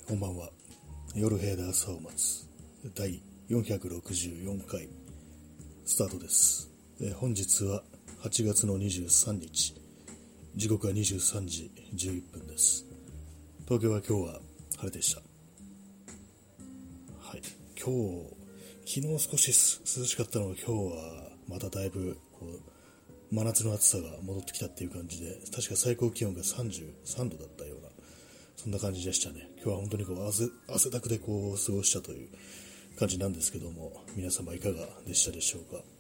こんばんは。夜部屋で朝を待つ第464回スタートです。本日は8月の23日、時刻は23時11分です。東京は今日は晴れでした。はい。昨日少し涼しかったのが今日はまただいぶ真夏の暑さが戻ってきたっていう感じで、確か最高気温が33度だったようなそんな感じでしたね。今日は本当に汗だくで過ごしたという感じなんですけども、皆様いかがでしたでしょうか。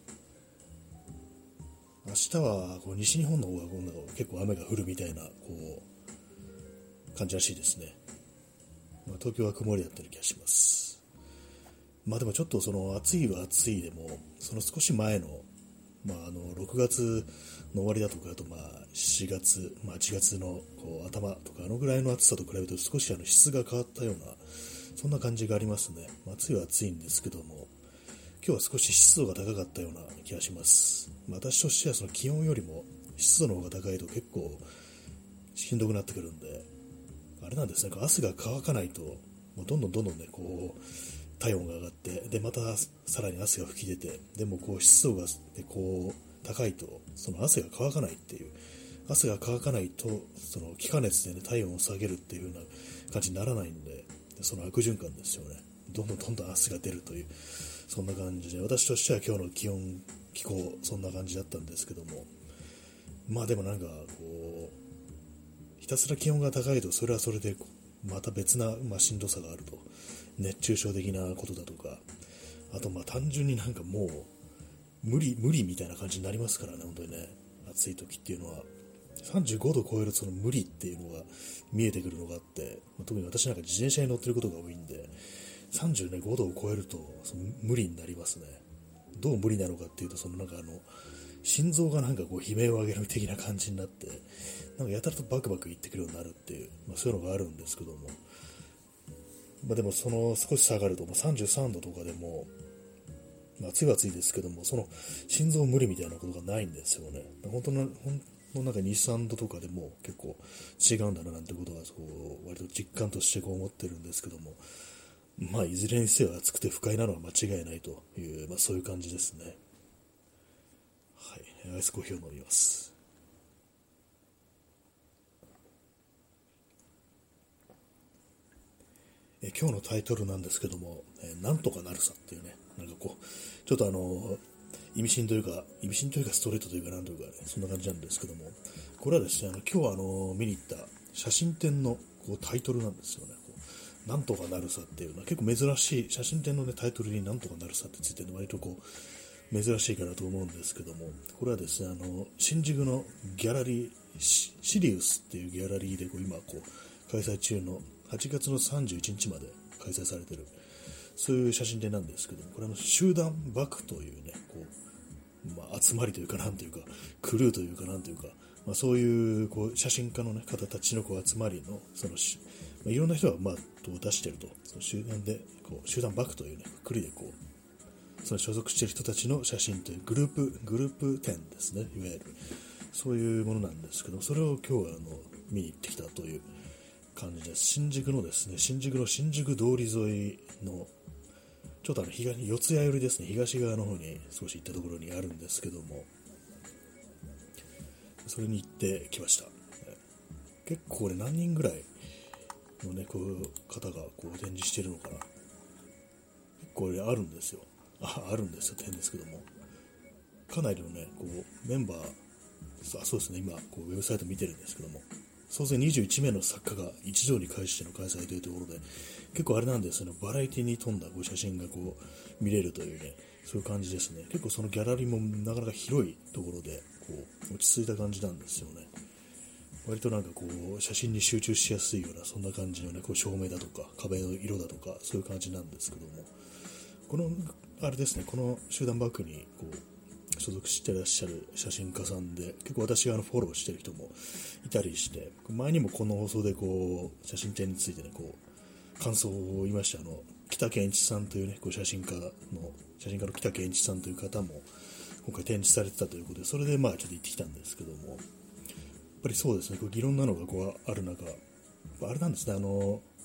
明日は西日本の方が結構雨が降るみたいな感じらしいですね。東京は曇りだったり気がします。でもちょっと暑いは暑いでも、その少し前の6月の終わりだとか、あと7月、8月の頭とか、ぐらいの暑さと比べると少し質が変わったような、そんな感じがありますね。暑いは暑いんですけども、今日は少し湿度が高かったような気がします。私としてはその気温よりも湿度の方が高いと結構しんどくなってくるんで、あれなんですね、汗が乾かないと、もうどんどんね、体温が上がって、でまたさらに汗が吹き出て、でも湿度が高いとその汗が乾かないっていう、汗が乾かないとその気化熱でね体温を下げるっていう風な感じにならないんで、その悪循環ですよね。どんどん汗が出るという、そんな感じで、私としては今日の気候そんな感じだったんですけども、でもひたすら気温が高いとそれはそれでまた別な、しんどさがあると。熱中症的なことだとか、あと単純にもう無理みたいな感じになりますからね。本当にね、暑い時っていうのは35度を超えるその無理っていうのが見えてくるのがあって、特に私なんか自転車に乗ってることが多いんで、35度を超えるとその無理になりますね。どう無理なのかっていうと、心臓が悲鳴を上げる的な感じになって、やたらとバクバクいってくるようになるっていう、そういうのがあるんですけども、でも少し下がると33度とかでも、暑いは暑いですけども、その心臓無理みたいなことがないんですよね。本当の2、3度とかでも結構違うんだななんてことが割と実感として思ってるんですけども、いずれにせよ暑くて不快なのは間違いないという、そういう感じですね。はい、アイスコーヒーを飲みます。今日のタイトルなんですけども、なんとかなるさっていうね、ちょっと意味深というかストレートというかなんというかね、そんな感じなんですけども、これはですね、今日見に行った写真展のタイトルなんですよね。なんとかなるさっていうのは結構珍しい、写真展の、ね、タイトルになんとかなるさってついてるの割と珍しいかなと思うんですけども、これはですね、新宿のギャラリー、シリウスっていうギャラリーで今開催中の8月の31日まで開催されている、そういう写真展なんですけども、これ集団爆というね、集まりというかなんというか、クルーというかなんというか、そういう写真家の、ね、方たちの集まりのいろんな人が出していると、その集団で集団爆というね、くくりでその所属している人たちの写真というグループ展ですね、いわゆるそういうものなんですけど、それを今日は見に行ってきたという感じです。新宿の新宿通り沿いのちょっと四谷寄りですね、東側の方に少し行ったところにあるんですけども、それに行ってきました。結構何人ぐらいのね、こういう方が展示しているのかな。結構あるんですよ。あるんですよって変ですけども、かなりのね、メンバー、そうですね、今ウェブサイト見てるんですけども、総勢21名の作家が一堂に会しての開催というところで、結構あれなんですよね、バラエティに富んだ写真が見れるというね、そういう感じですね。結構そのギャラリーもなかなか広いところで落ち着いた感じなんですよね。割と写真に集中しやすいような、そんな感じのね、照明だとか壁の色だとかそういう感じなんですけども、あれですね、この集団バッグに所属してらっしゃる写真家さんで、結構私がフォローしてる人もいたりして、前にもこの放送で写真展についてね、感想を言いました。北健一さんというね、写真家の北健一さんという方も今回展示されてたということで、それでちょっと行ってきたんですけども、やっぱりそうですね、いろんなのがある中、あれなんですね、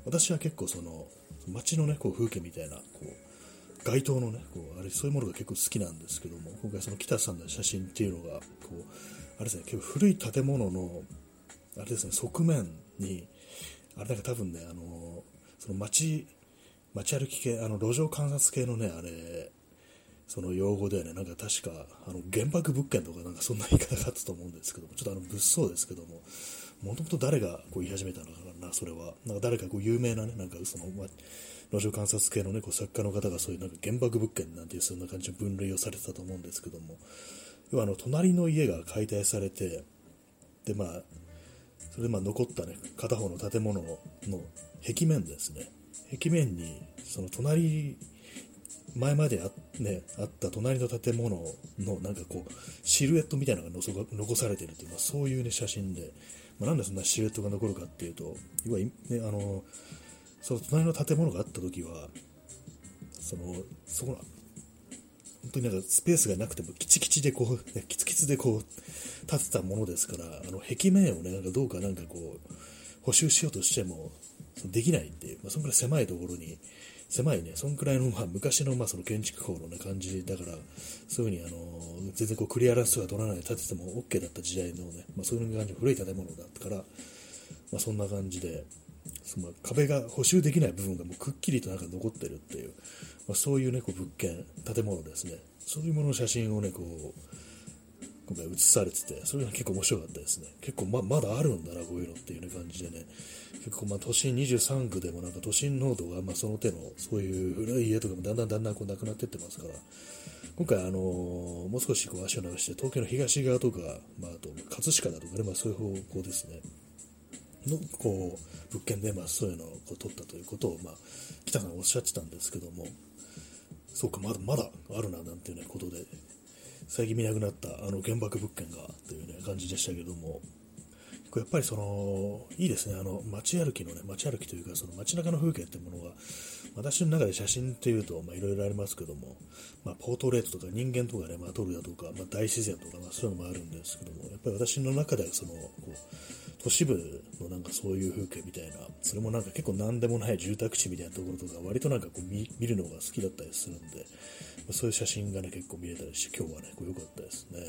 私は結構その街のねこう風景みたいなこう街灯のねこうあれそういうものが結構好きなんですけども、今回その北さんの写真っていうのがこうあれですね、結構古い建物のあれですね、側面にあれなんか多分ねその街歩き系路上観察系のねあれその用語ではね、なんか確か原爆物件とかなんかそんな言い方があったと思うんですけども、ちょっと物騒ですけども、もともと誰がこう言い始めたのかな、それはなんか誰かこう有名なねなんかその、路上観察系のねこう作家の方がそういうなんか原爆物件なんていうそんな感じの分類をされてたと思うんですけども、要は隣の家が解体されて、でそれで残ったね片方の建物の壁面ですね、壁面にその前まであった隣の建物のなんかこうシルエットみたいなのが残されているという、そういう、ね、写真で、なんでそんなシルエットが残るかっていうと、要は、ね、その隣の建物があった時はそこの本当になんかスペースがなくてもキツキツでこう建てたものですから、壁面をねなんかどうかなんかこう補修しようとしてもできないっていう、そのくらい狭いところに狭いね、そんくらいの、昔の、その建築法の、ね、感じだから、そういう風に全然こうクリアランスが取らないで建てても OK だった時代のね、そういう感じの古い建物だったから、そんな感じで、壁が補修できない部分がもうくっきりとなんか残ってるっていう、そういうね、こう物件、建物ですね、そういうものの写真をね、こう、今回写されてて、それが結構面白かったですね。結構まだあるんだな、こういうのっていう、ね、感じでね、結構都心23区でもなんか都心濃度がその手のそういう古い家とかもだんだんこうなくなってってますから、今回もう少しこう足を流して東京の東側とか、あと葛飾だとかね、そういう方向ですねのこう物件でそういうのをこう取ったということを北さんおっしゃってたんですけども、そうかまだあるななんていう、ね、ことで最近見なくなった原爆物件がという、ね、感じでしたけども、やっぱりいいですね、街歩きというかその街中の風景ってものが私の中で写真というといろいろありますけども、ポートレートとか人間とかね、撮るだとか、大自然とか、そういうのもあるんですけども、やっぱり私の中ではこう都市部のなんかそういう風景みたいな、それもなんか結構なんでもない住宅地みたいなところとか割となんかこう見るのが好きだったりするんで、そういう写真がね結構見れたりして今日はね良かったですね。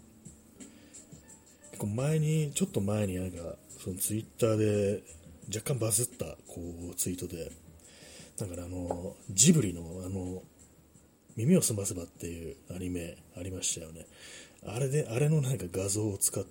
ちょっと前になんかそのツイッターで若干バズったこうツイートで、だからジブリの耳をすませばっていうアニメありましたよね。あれのなんか画像を使って、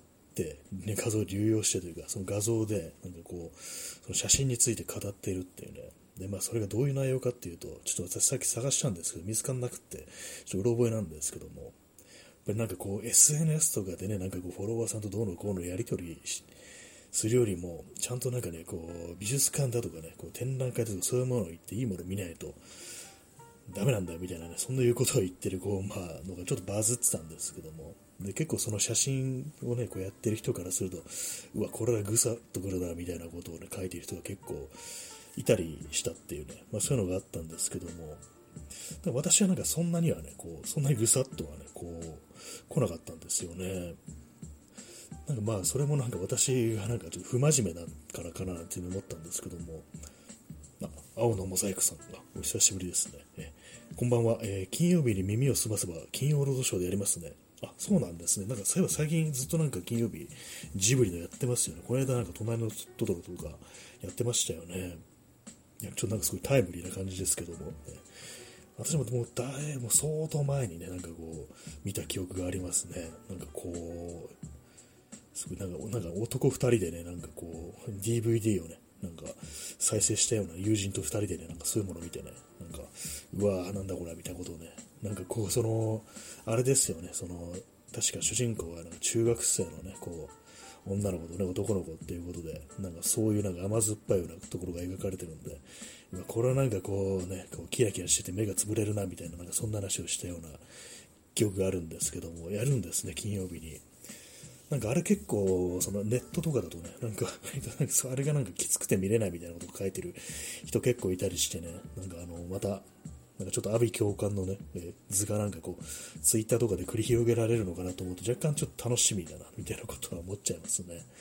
ね、画像を流用してというか、その画像でなんかこうその写真について語っているっていうね。でそれがどういう内容かっていうと、ちょっと私さっき探したんですけど見つからなくてちょっとうろ覚えなんですけども、やっぱりなんかこう SNS とかでねなんかこうフォロワーさんとどうのこうのやり取りするよりもちゃんとなんかねこう美術館だとかねこう展覧会とかそういうものを行っていいものを見ないとダメなんだみたいなね、そんないうことを言ってるのがちょっとバズってたんですけども、で結構その写真をねこうやってる人からすると、うわこれはぐさっとくるなみたいなことをね書いてる人が結構いたりしたっていうね、そういうのがあったんですけども、私はなんかそんなにそんなにぐさっとはね来なかったんですよね。なんかそれもなんか私がなんかちょっと不真面目だからかなっていうのを思ったんですけども、青のモザイクさんがお久しぶりですね。こんばんは、金曜日に耳をすませば金曜ロードショーでやりますね。あ、そうなんですね。なんかそういえば最近ずっとなんか金曜日ジブリのやってますよね。この間なんか隣のトトロとかやってましたよね。いやちょっとなんかすごいタイムリーな感じですけども、私ももう相当前にねなんかこう見た記憶がありますね。なんかこうすごいなんか男2人でねなんかこう DVD をねなんか再生したような友人と2人でねなんかそういうものを見てねなんかうわーなんだこれみたいなことをねなんかこうあれですよね、確か主人公はなんか中学生のねこう女の子とね男の子っていうことでなんかそういうなんか甘酸っぱいようなところが描かれてるんで、これはなんかこうキラキラしてて目がつぶれるなみたいななんかそんな話をしたような記憶があるんですけども、やるんですね金曜日に。なんかあれ結構ネットとかだとねなんかあれがなんかきつくて見れないみたいなことを書いてる人結構いたりしてね、なんかまたなんかちょっと阿鼻教官のね、図がなんかこうツイッターとかで繰り広げられるのかなと思うと若干ちょっと楽しみだなみたいなことは思っちゃいますね。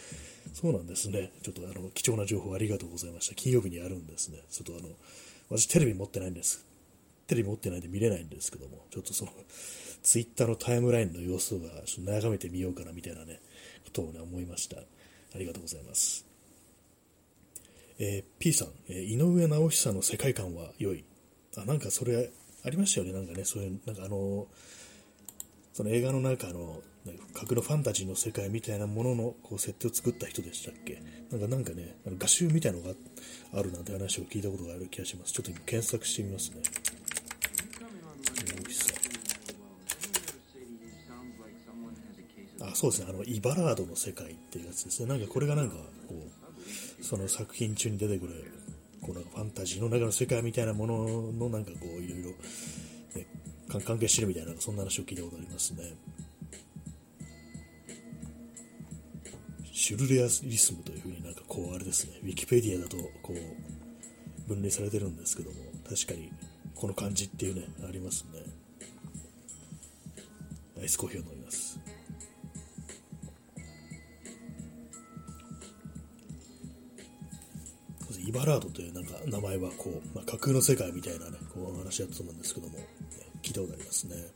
そうなんですね。ちょっと貴重な情報ありがとうございました。金曜日にやるんですね。ちょっと私テレビ持ってないんです。テレビ持ってないんで見れないんですけども、ちょっとその、ツイッターのタイムラインの様子がちょっと眺めてみようかなみたいなね、ことをね、思いました。ありがとうございます。P さん、井上直久の世界観は良い。なんかそれありましたよね。なんかね、そういう、なんかその映画の中の架空のファンタジーの世界みたいなもののこう設定を作った人でしたっけ。なんかね、画集みたいなのがあるなんて話を聞いたことがある気がします。ちょっと今検索してみますね。そうですね、イバラードの世界っていうやつですね。なんかこれがなんかこうその作品中に出てくるこうなんかファンタジーの中の世界みたいなもののなんかこういろいろ、ね、関係してるみたいなそんな話を聞いたことありますね。シュルレアリスムというふうになんかこうあれですね、ウィキペディアだとこう分類されてるんですけども、確かにこの感じっていうねありますね。アイスコーヒーを飲みます。イバラードというなんか名前はこう、架空の世界みたいなねこう話だったと思うんですけども、聞いたことありますね。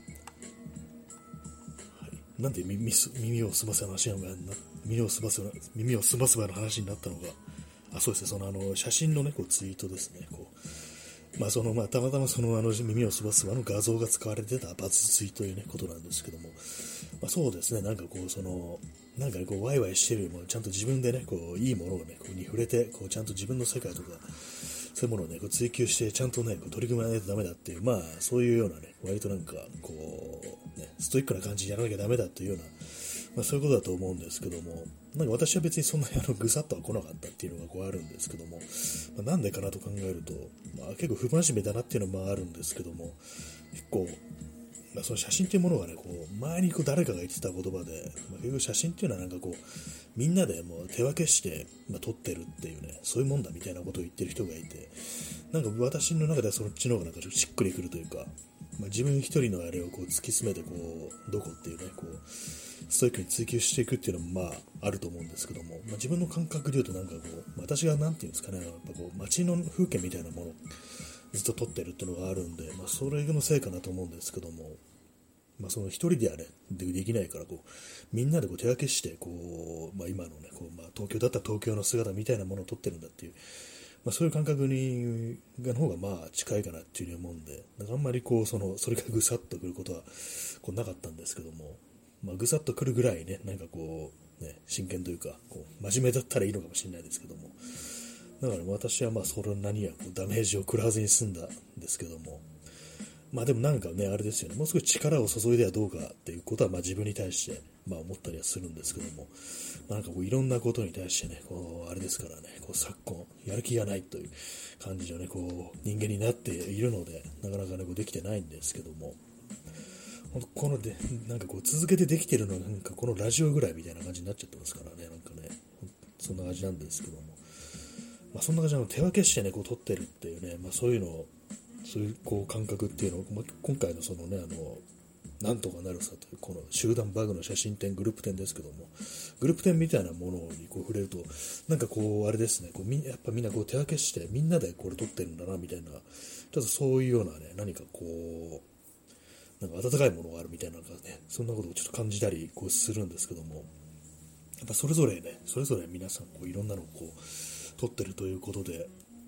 はい、なんで耳をすませばの話耳をすませばの話になったのが、そうですね、その写真のねこうツイートですね。こうたまたまその耳をすばすばの画像が使われてたバズツイートというねことなんですけども、そうですね、なんかこうなんかこうワイワイしてるよりもちゃんと自分でねこういいものをねこうに触れてこうちゃんと自分の世界とかそういうものをねこう追求してちゃんとねこう取り組まないとダメだっていう、そういうようなね割となんかこうねストイックな感じでやらなきゃダメだというような、そういうことだと思うんですけども、なんか私は別にそんなにぐさっとは来なかったっていうのがこうあるんですけども、なんでかなと考えると、結構不真面目だなっていうのもあるんですけども、結構その写真というものがね、こう前にこう誰かが言ってた言葉で、結局写真っていうのはなんかこうみんなでもう手分けして、撮ってるっていうね、そういうもんだみたいなことを言ってる人がいて、なんか私の中ではそっちの方がなんかしっくりくるというか、自分一人のあれをこう突き詰めてこうどこっていうね、こうストイックに追求していくっていうのもあると思うんですけども、自分の感覚で言うとなんかこう、私がなんていうんですかね、やっぱこう街の風景みたいなものをずっと撮ってるっていうのがあるんで、それのせいかなと思うんですけども、その一人ではねできないからこうみんなでこう手分けしてこう、今のねこう、東京だったら東京の姿みたいなものを撮ってるんだっていう、そういう感覚の方が近いかなっていうふうに思うんで、なんかあんまりこうそれがぐさっとくることはこうなかったんですけども、ぐさっとくるぐらいねなんかこうね真剣というかこう真面目だったらいいのかもしれないですけども、だから私はそれなにはこうダメージを食らわずに済んだんですけども、でもなんかねあれですよね、もう少し力を注いではどうかっていうことは自分に対して思ったりはするんですけども、なんかこういろんなことに対してねこうあれですからね、こう昨今やる気がないという感じのねこう人間になっているので、なかなかねこうできてないんですけども、このでなんかこう続けてできてるのはなんかこのラジオぐらいみたいな感じになっちゃってますからね、なんかねそんな感じなんですけども、そんな感じの手分けしてねこう撮ってるっていうね、そういうのをそういうこう感覚っていうのを、今回のそのねなんとかなるさというこの集団バグの写真展グループ展ですけども、グループ展みたいなものにこう触れるとなんかこうあれですね、こうやっぱみんなこう手分けしてみんなでこれ撮ってるんだなみたいな、ちょっとそういうようなね何かこうなんか温かいものがあるみたいな、ね、そんなことをちょっと感じたりこうするんですけども、やっぱそれぞれ皆さんこういろんなのをこう撮ってるということで、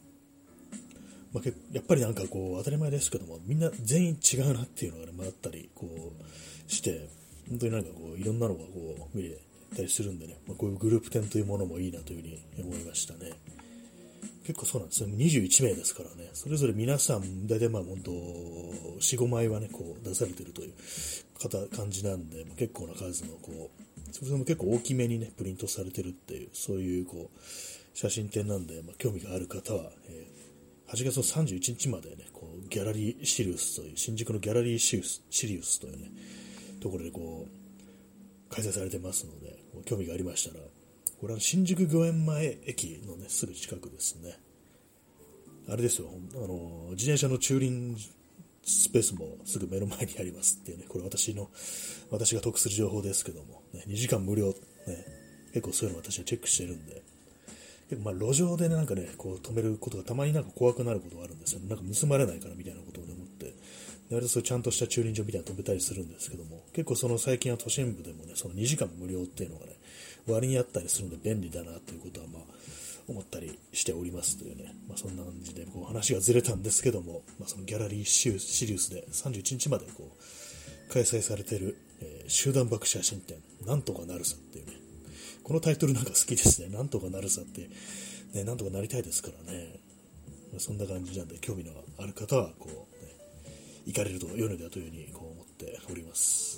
やっぱりなんかこう当たり前ですけどもみんな全員違うなっていうのがね、あったりこうして本当になんかこういろんなのがこう見れたりするんでね、こういうグループ展というものもいいなというふうに思いましたね。結構そうなんですね、21名ですからね、それぞれ皆さん大体本当 4,5 枚はねこう出されているという感じなんで、結構な数のこうそれでも結構大きめにねプリントされてるっていう、そういうこう写真展なんで、興味がある方は、8月の31日までね、こうギャラリーシリウスという新宿のギャラリーシリウスというねところでこう開催されてますので、興味がありましたら、これは新宿御苑前駅のねすぐ近くですね。あれですよ、自転車の駐輪スペースもすぐ目の前にありますっていうね、これ私が得する情報ですけども、ね、2時間無料、ね、 結構そういうの私はチェックしてるんで、結構路上でね、なんかね、こう止めることがたまになんか怖くなることがあるんですよね。なんか盗まれないからみたいなことを、ね、思って、割とそういうちゃんとした駐輪場みたいなの止めたりするんですけども、結構その最近は都心部でもね、その2時間無料っていうのがね、割にあったりするんで便利だなということは思ったりしておりますというね、そんな感じでこう話がずれたんですけども、そのギャラリーシリウスで31日までこう開催されている、集団爆写真展、なんとかなるさっていうね、このタイトルなんか好きですね。なんとかなるさって、ね、なんとかなりたいですからね。そんな感じなんで、興味のある方は、こう、ね、行かれると良いのではというふうにこう思っております。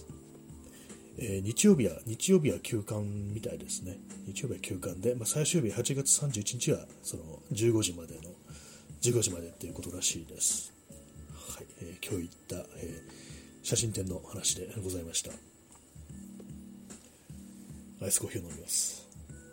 日曜日は休館みたいですね。日曜日は休館で、最終日8月31日はその15時までっていうことらしいです。はい、今日言った、写真展の話でございました。アイスコーヒーを飲みます。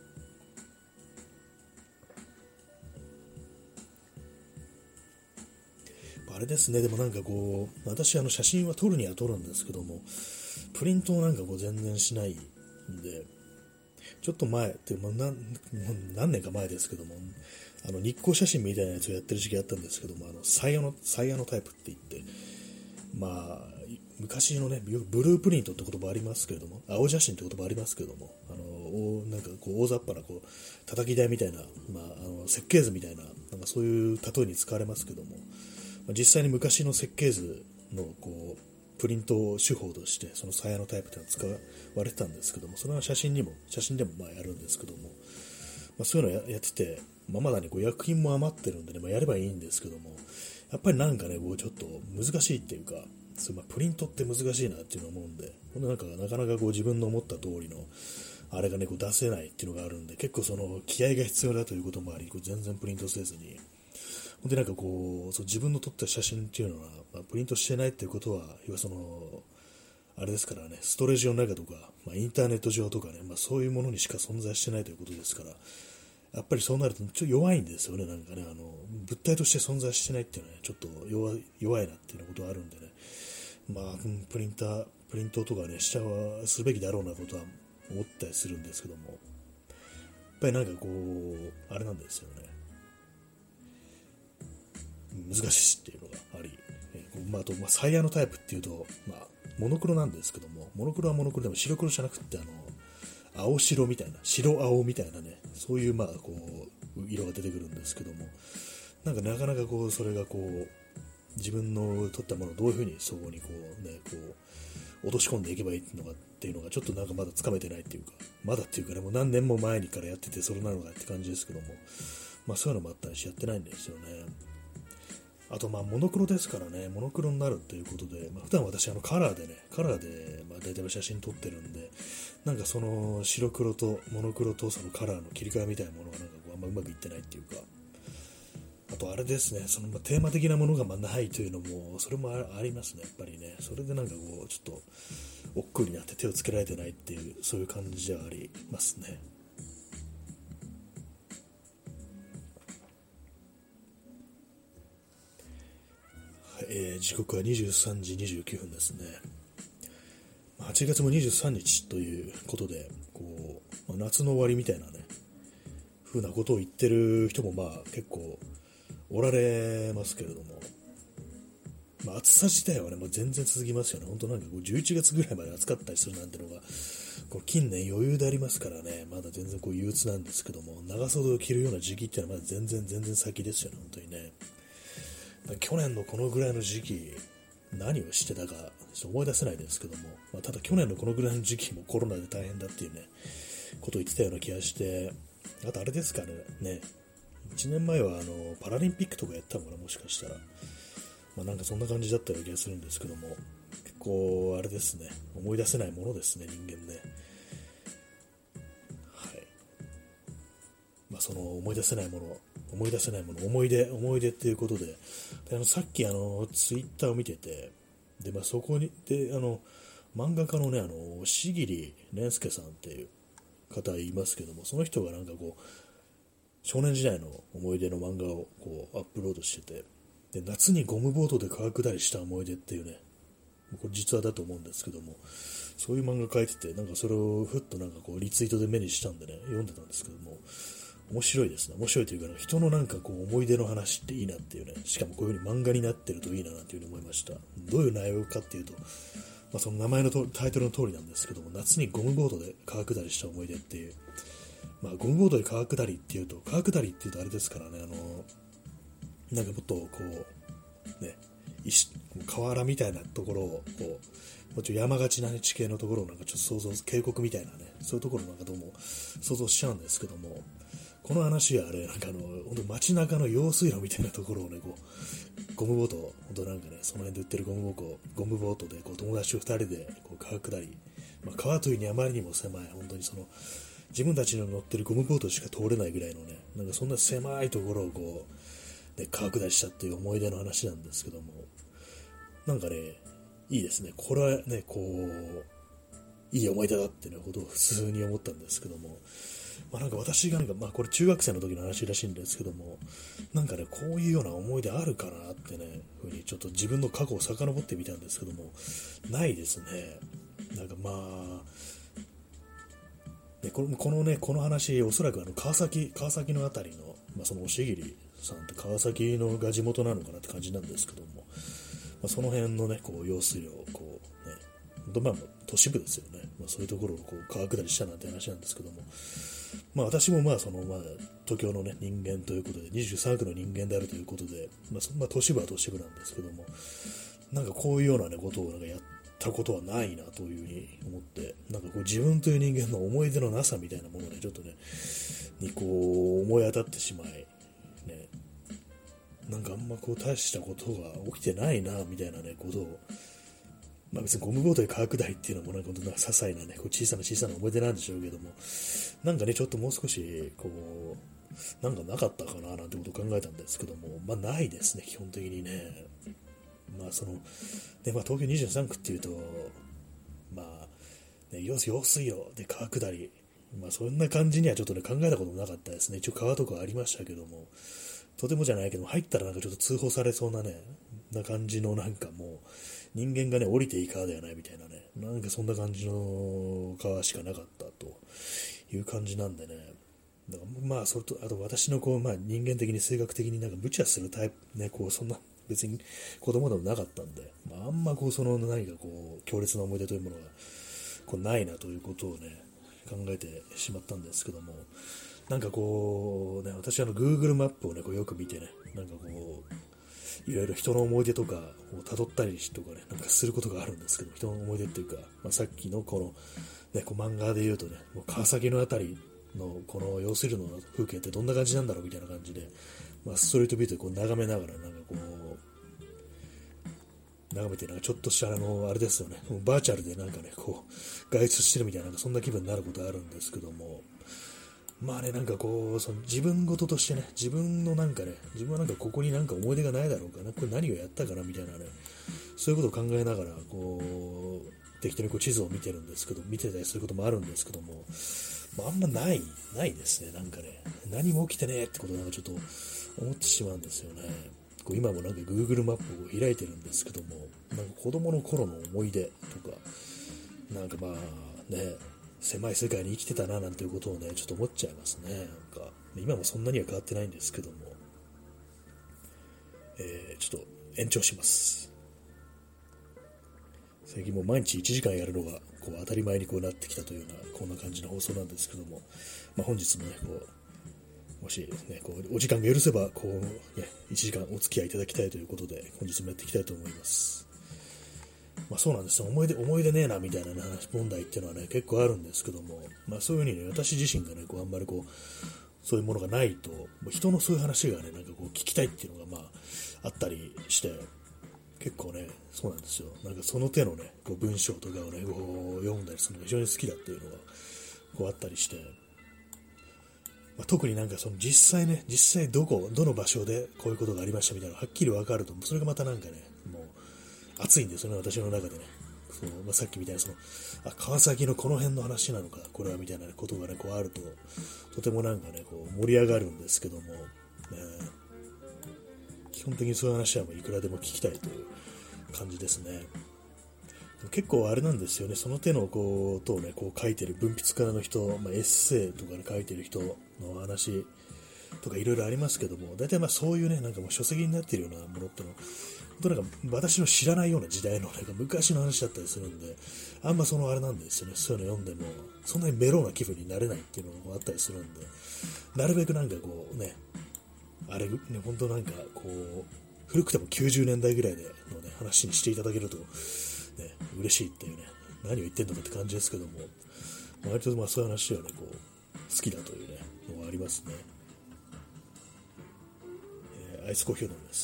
あれですね、でもなんかこう、私写真は撮るには撮るんですけども、プリントをなんかこう全然しないんで、ちょっと前ってもう何年か前ですけども、日光写真みたいなやつをやってる時期あったんですけども、サイヤのタイプって言って、昔のね、ブループリントって言葉ありますけれども、青写真って言葉ありますけれども、なんかこう大雑把なこう叩き台みたいな、設計図みたいな、なんかそういう例えに使われますけども、実際に昔の設計図のこうプリント手法としてそのサイヤのタイプというのは使われてたんですけども、それは写真でもやるんですけども、そういうのをやってて、まだねこう薬品も余ってるんでね、やればいいんですけども、やっぱりなんかねこうちょっと難しいっていうか、プリントって難しいなっていうのを思うんで、なかなかこう自分の思った通りのあれがねこう出せないっていうのがあるんで、結構その気合が必要だということもあり、こう全然プリントせずに、でなんかこう自分の撮った写真っていうのは、プリントしてないっていうことは、要はそのあれですからね、ストレージの中とか、インターネット上とかね、そういうものにしか存在してないということですから、やっぱりそうなるとちょっと弱いんですよね。なんかね、物体として存在してないっていうのは、ね、ちょっと弱いなっていうことはあるんでね、プリントとかねするべきだろうなことは思ったりするんですけども、やっぱりなんかこうあれなんですよね、難しいっていうのがあり、あと、サイヤのタイプっていうと、モノクロなんですけども、モノクロはモノクロでも白黒じゃなくて、青白みたいな、白青みたいなね、そういうこう色が出てくるんですけども、なかなかこうそれがこう自分の撮ったものをどういうふうにそこにこうねこう落とし込んでいけばいいのかっていうのがちょっとなんかまだつかめてないっていうか、まだっていうかね、もう何年も前にからやっててそれなのかって感じですけども、そういうのもあったりしやってないんですよね。あとモノクロですからね、モノクロになるということで、普段私カラーで大体写真撮ってるんで、なんかその白黒とモノクロとそのカラーの切り替えみたいなものがなんかこうあんまうまくいってないっていうか、あとあれですね、そのテーマ的なものがないというのも、それもありますね、やっぱりね。それでなんかこう、ちょっと、億劫になって手をつけられてないっていう、そういう感じではありますね。時刻は23時29分ですね。8月も23日ということで、こう、夏の終わりみたいなね、風なことを言ってる人も結構おられますけれども、暑さ自体はね、全然続きますよね。本当なんかこう11月ぐらいまで暑かったりするなんてのが、こう近年余裕でありますからね、まだ全然こう憂鬱なんですけども、長袖を着るような時期っていうのはまだ全然先ですよね、本当にね。去年のこのぐらいの時期、何をしてたか、ちょっと思い出せないですけども、ただ去年のこのぐらいの時期もコロナで大変だっていうね、ことを言ってたような気がして、あとあれですかね、1年前はパラリンピックとかやったのかな、もしかしたら。なんかそんな感じだったような気がするんですけども、結構あれですね、思い出せないものですね、人間ね。はい。その思い出せないもの、思い出っていうことで、さっきツイッターを見てて、で、そこに、で、漫画家のね、しぎりれんすけさんっていう方いますけども、その人がなんかこう、少年時代の思い出の漫画をこうアップロードしてて、で夏にゴムボートで川下りした思い出っていうね、 これ実話だと思うんですけども、そういう漫画描いてて、なんかそれをふっとなんかこうリツイートで目にしたんでね、読んでたんですけども、面白いですね。面白いというか、ね、人のなんかこう思い出の話っていいなっていうね、しかもこういう風に漫画になってるといいななんていう風に思いました。どういう内容かっていうと、その名前のタイトルの通りなんですけども、夏にゴムボートで川下りした思い出っていう、ゴムボートで川下りっていうと、川下りっていうとあれですからね、なんかもっとこう、ね、河原みたいなところをこう、もちろん山がちな、ね、地形のところをなんかちょっと想像、渓谷みたいなね、そういうところなんかどうも想像しちゃうんですけども、この話はあれ、なんか本当街中の用水路みたいなところをね、こう、ゴムボート、本当なんかね、その辺で売ってるゴムボートでこう友達と2人でこう川下り、川というにあまりにも狭い、本当にその、自分たちの乗ってるゴムボートしか通れないぐらいのね、なんかそんな狭いところをこう、ね、川下りしたっていう思い出の話なんですけども、なんかね、いいですね。これはね、こう、いい思い出だっていうことを普通に思ったんですけども、なんか私がなんか、これ中学生の時の話らしいんですけども、なんかね、こういうような思い出あるかなってね、ふうにちょっと自分の過去を遡ってみたんですけども、ないですね。なんかこの話、おそらく川崎のあたりの、その押切さんって川崎のが地元なのかなって感じなんですけども、その辺のね、こう、用水路をこう、ね、都市部ですよね。そういうところをこう川下りしたなんて話なんですけども、私も東京のね、人間ということで、23区の人間であるということで、都市部は都市部なんですけども、なんかこういうようなね、ことをなんかやったことはないなというふうに思って、なんかこう自分という人間の思い出のなさみたいなものをね、ちょっとね、にこう思い当たってしまい、ね、なんかあんまこう大したことが起きてないな、みたいなね、ことを、別にゴムボートで川下りっていうのもなんか些細なね、こう小さな思い出なんでしょうけども、なんかね、ちょっともう少し、こう、なんかなかったかななんてことを考えたんですけども、ないですね、基本的にね。東京23区っていうと、用水路で川下り、そんな感じにはちょっとね、考えたこともなかったですね。一応川とかありましたけども、とてもじゃないけど、入ったらなんかちょっと通報されそうなね、な感じのなんかもう、人間がね、降りていい川ではないみたいなね、なんかそんな感じの川しかなかったという感じなんでね、だからそれと、あと私のこう、人間的に性格的になんか無茶するタイプ、ね、こう、そんな別に子供でもなかったんで、あんまこう、何かこう、強烈な思い出というものが、こう、ないなということをね、考えてしまったんですけども、なんかこう、ね、私Google マップをね、こうよく見てね、なんかこう、いろいろ人の思い出とかを辿ったりとかね、なんかすることがあるんですけど、人の思い出っていうか、さっきのこの、ね、こう漫画で言うとね、もう川崎のあたりのこの用水路の風景ってどんな感じなんだろうみたいな感じで、ストリートビューでこう眺めながら、なんかこう、眺めて、なんかちょっとしたあれですよね、バーチャルでなんかね、こう、外出してるみたいな、そんな気分になることあるんですけども、なんかこう、その自分事としてね、自分はなんかここになんか思い出がないだろうかな、これ何をやったかなみたいなね、そういうことを考えながら、こう、適当にこう地図を見てるんですけど、見てたりすることもあるんですけども、あんまないですね、なんかね、何も起きてねえってことをなんかちょっと思ってしまうんですよね。こう今もなんか Google マップを開いてるんですけども、なんか子供の頃の思い出とか、なんかね、狭い世界に生きてたななんていうことをね、ちょっと思っちゃいますね。なんか、今もそんなには変わってないんですけども、ちょっと延長します。最近もう毎日1時間やるのがこう当たり前にこうなってきたというような、こんな感じの放送なんですけども、本日もね、こう、もしね、こう、お時間が許せば、こう、ね、1時間お付き合いいただきたいということで、本日もやっていきたいと思います。そうなんですよ。思い出ねえなみたいな、ね、話問題っていうのはね、結構あるんですけども、そういう風にね、私自身がね、こう、あんまりこう、そういうものがないと、人のそういう話がね、なんかこう、聞きたいっていうのが、あったりして、結構ね、そうなんですよ。なんかその手のね、こう文章とかをね、こう読んだりするのが非常に好きだっていうのが、こうあったりして、特になんかその実際どの場所でこういうことがありましたみたいなのがはっきり分かると、それがまたなんかね、もう熱いんですよね、私の中でね。さっきみたいな川崎のこの辺の話なのか、これはみたいなことがね、こうあると、とてもなんかね、こう盛り上がるんですけども、基本的にそういう話はもういくらでも聞きたいという感じですね。 結構あれなんですよね、その手のことをね、こう書いてる文筆家の人、エッセイとかで書いてる人の話とかいろいろありますけども、大体そういうね、なんかもう書籍になっているようなものってのは、本当なんか私の知らないような時代のなんか昔の話だったりするんで、あんまあれなんですよね、そういうの読んでも、そんなにメローな気分になれないっていうのもあったりするんで、なるべくなんかこうね、あれね、本当なんかこう、古くても90年代ぐらいでのね、話にしていただけると、ね、嬉しいっていうね、何を言ってんのかって感じですけども、割とそういう話はね、こう、好きだというね、のがありますね。アイスコーヒーを飲みます。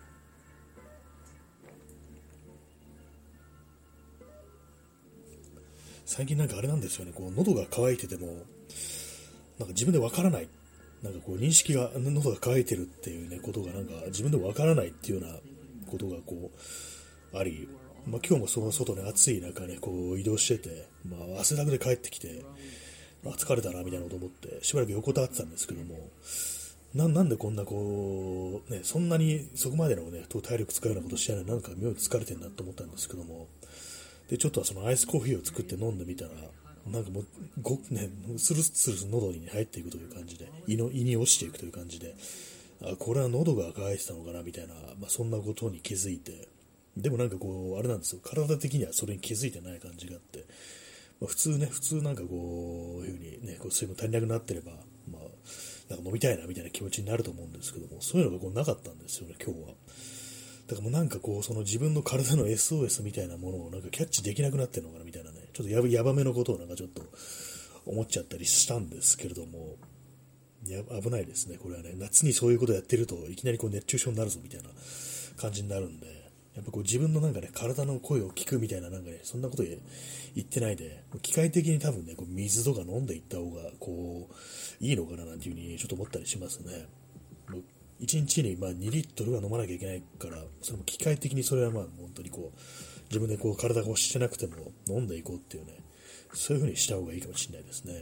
最近なんかあれなんですよね、こう喉が渇いてても、なんか自分でわからない、なんかこう認識が、喉が渇いてるっていうね、ことがなんか自分でわからないっていうようなことがこう、あり、今日もその外ね、暑い中ね、こう移動してて、汗だくで帰ってきて、疲れたなみたいなこと思って、しばらく横たわってたんですけども、なんでこんなこう、ね、そんなにそこまでのね、体力使うようなことしてないのになんか妙に疲れてるなと思ったんですけども、で、ちょっとそのアイスコーヒーを作って飲んでみたら、なんかもう、ね、スルスル喉に入っていくという感じで、胃に落ちていくという感じで、これは喉が渇いてたのかなみたいな、そんなことに気づいて、でもなんかこう、あれなんですよ、体的にはそれに気づいてない感じがあって、普通なんかこういうふうにね、こう水分足りなくなってれば、なんか飲みたいなみたいな気持ちになると思うんですけども、そういうのがこうなかったんですよね、今日は。だからもうなんかこう、その自分の体の SOS みたいなものをなんかキャッチできなくなってるのかなみたいなね、ちょっとやばめのことをなんかちょっと思っちゃったりしたんですけれども、危ないですね、これはね。夏にそういうことやってるといきなりこう熱中症になるぞみたいな感じになるんで、やっぱこう自分のなんかね、体の声を聞くみたいななんかね、そんなこと言ってないで、機械的に多分ね、こう水とか飲んでいった方が、こう、いいのかななんていうふうにちょっと思ったりしますね。1日に2リットルは飲まなきゃいけないから、それも機械的にそれは本当にこう、自分でこう体が欲してなくても飲んでいこうっていうね、そういう風にした方がいいかもしれないですね。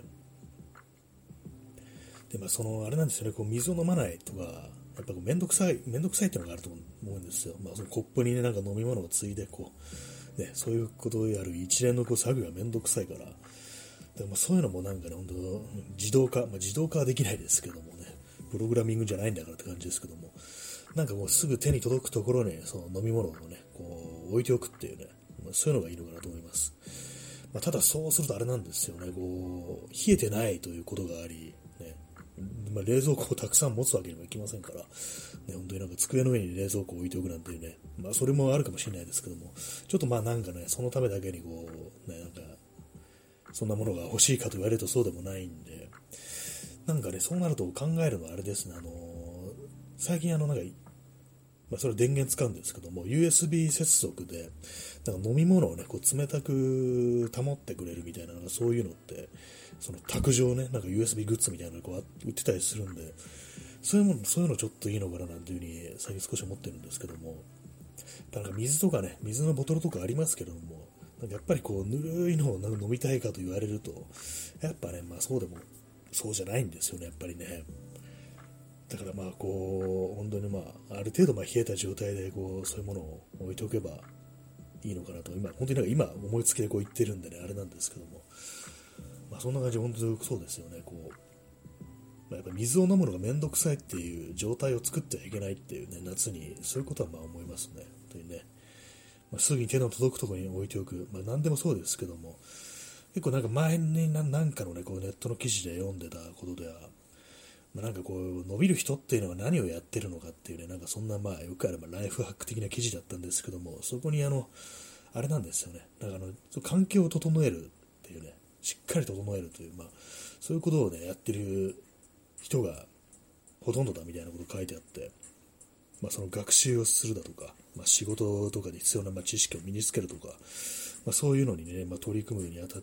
で、あれなんですよね、こう水を飲まないとか、やっぱめんどくさいっていうのがあると思うんですよ。そのコップにね、なんか飲み物をついで、こう、ね、そういうことをやる一連のこう作業がめんどくさいから、でもそういうのもなんかね、本当自動化はできないですけどもね、プログラミングじゃないんだからって感じですけども、なんかもうすぐ手に届くところにその飲み物をね、こう置いておくっていうね、そういうのがいいのかなと思います。ただそうするとあれなんですよね、こう、冷えてないということがあり、ね、冷蔵庫をたくさん持つわけにもいきませんから、ね、本当になんか机の上に冷蔵庫を置いておくなんていうね、それもあるかもしれないですけども、ちょっとなんかね、そのためだけにこう、ね、なんか、そんなものが欲しいかと言われるとそうでもないんで、なんかね、そうなると考えるのはあれですね、最近なんか、それは電源使うんですけども、USB 接続で、なんか飲み物をね、こう冷たく保ってくれるみたいな、そういうのって、その卓上ね、なんか USB グッズみたいなのがこう売ってたりするんで、そういうのちょっといいのかななんていうふうに最近少し思ってるんですけども、なんか水とかね、水のボトルとかありますけども、なんかやっぱりこう、ぬるいのをなんか飲みたいかと言われると、やっぱね、そうでも、そうじゃないんですよね、やっぱりね。だからこう、本当にある程度冷えた状態でこう、そういうものを置いておけばいいのかなと、本当になんか今思いつきでこう言ってるんでね、あれなんですけども、そんな感じで本当にそうですよね、こう、やっぱ水を飲むのがめんどくさいっていう状態を作ってはいけないっていうね、夏に、そういうことは思いますね、本当にね。すぐに手の届くところに置いておく、何でもそうですけども、結構なんか前になんかのね、こうネットの記事で読んでたことでは、なんかこう、伸びる人っていうのは何をやってるのかっていうね、なんかそんなよくあるライフハック的な記事だったんですけども、そこにあれなんですよね、なんか環境を整えるっていうね、しっかり整えるという、そういうことをね、やってる人がほとんどだみたいなこと書いてあって、その学習をするだとか、仕事とかで必要な知識を身につけるとか、そういうのにね、取り組むにあたって、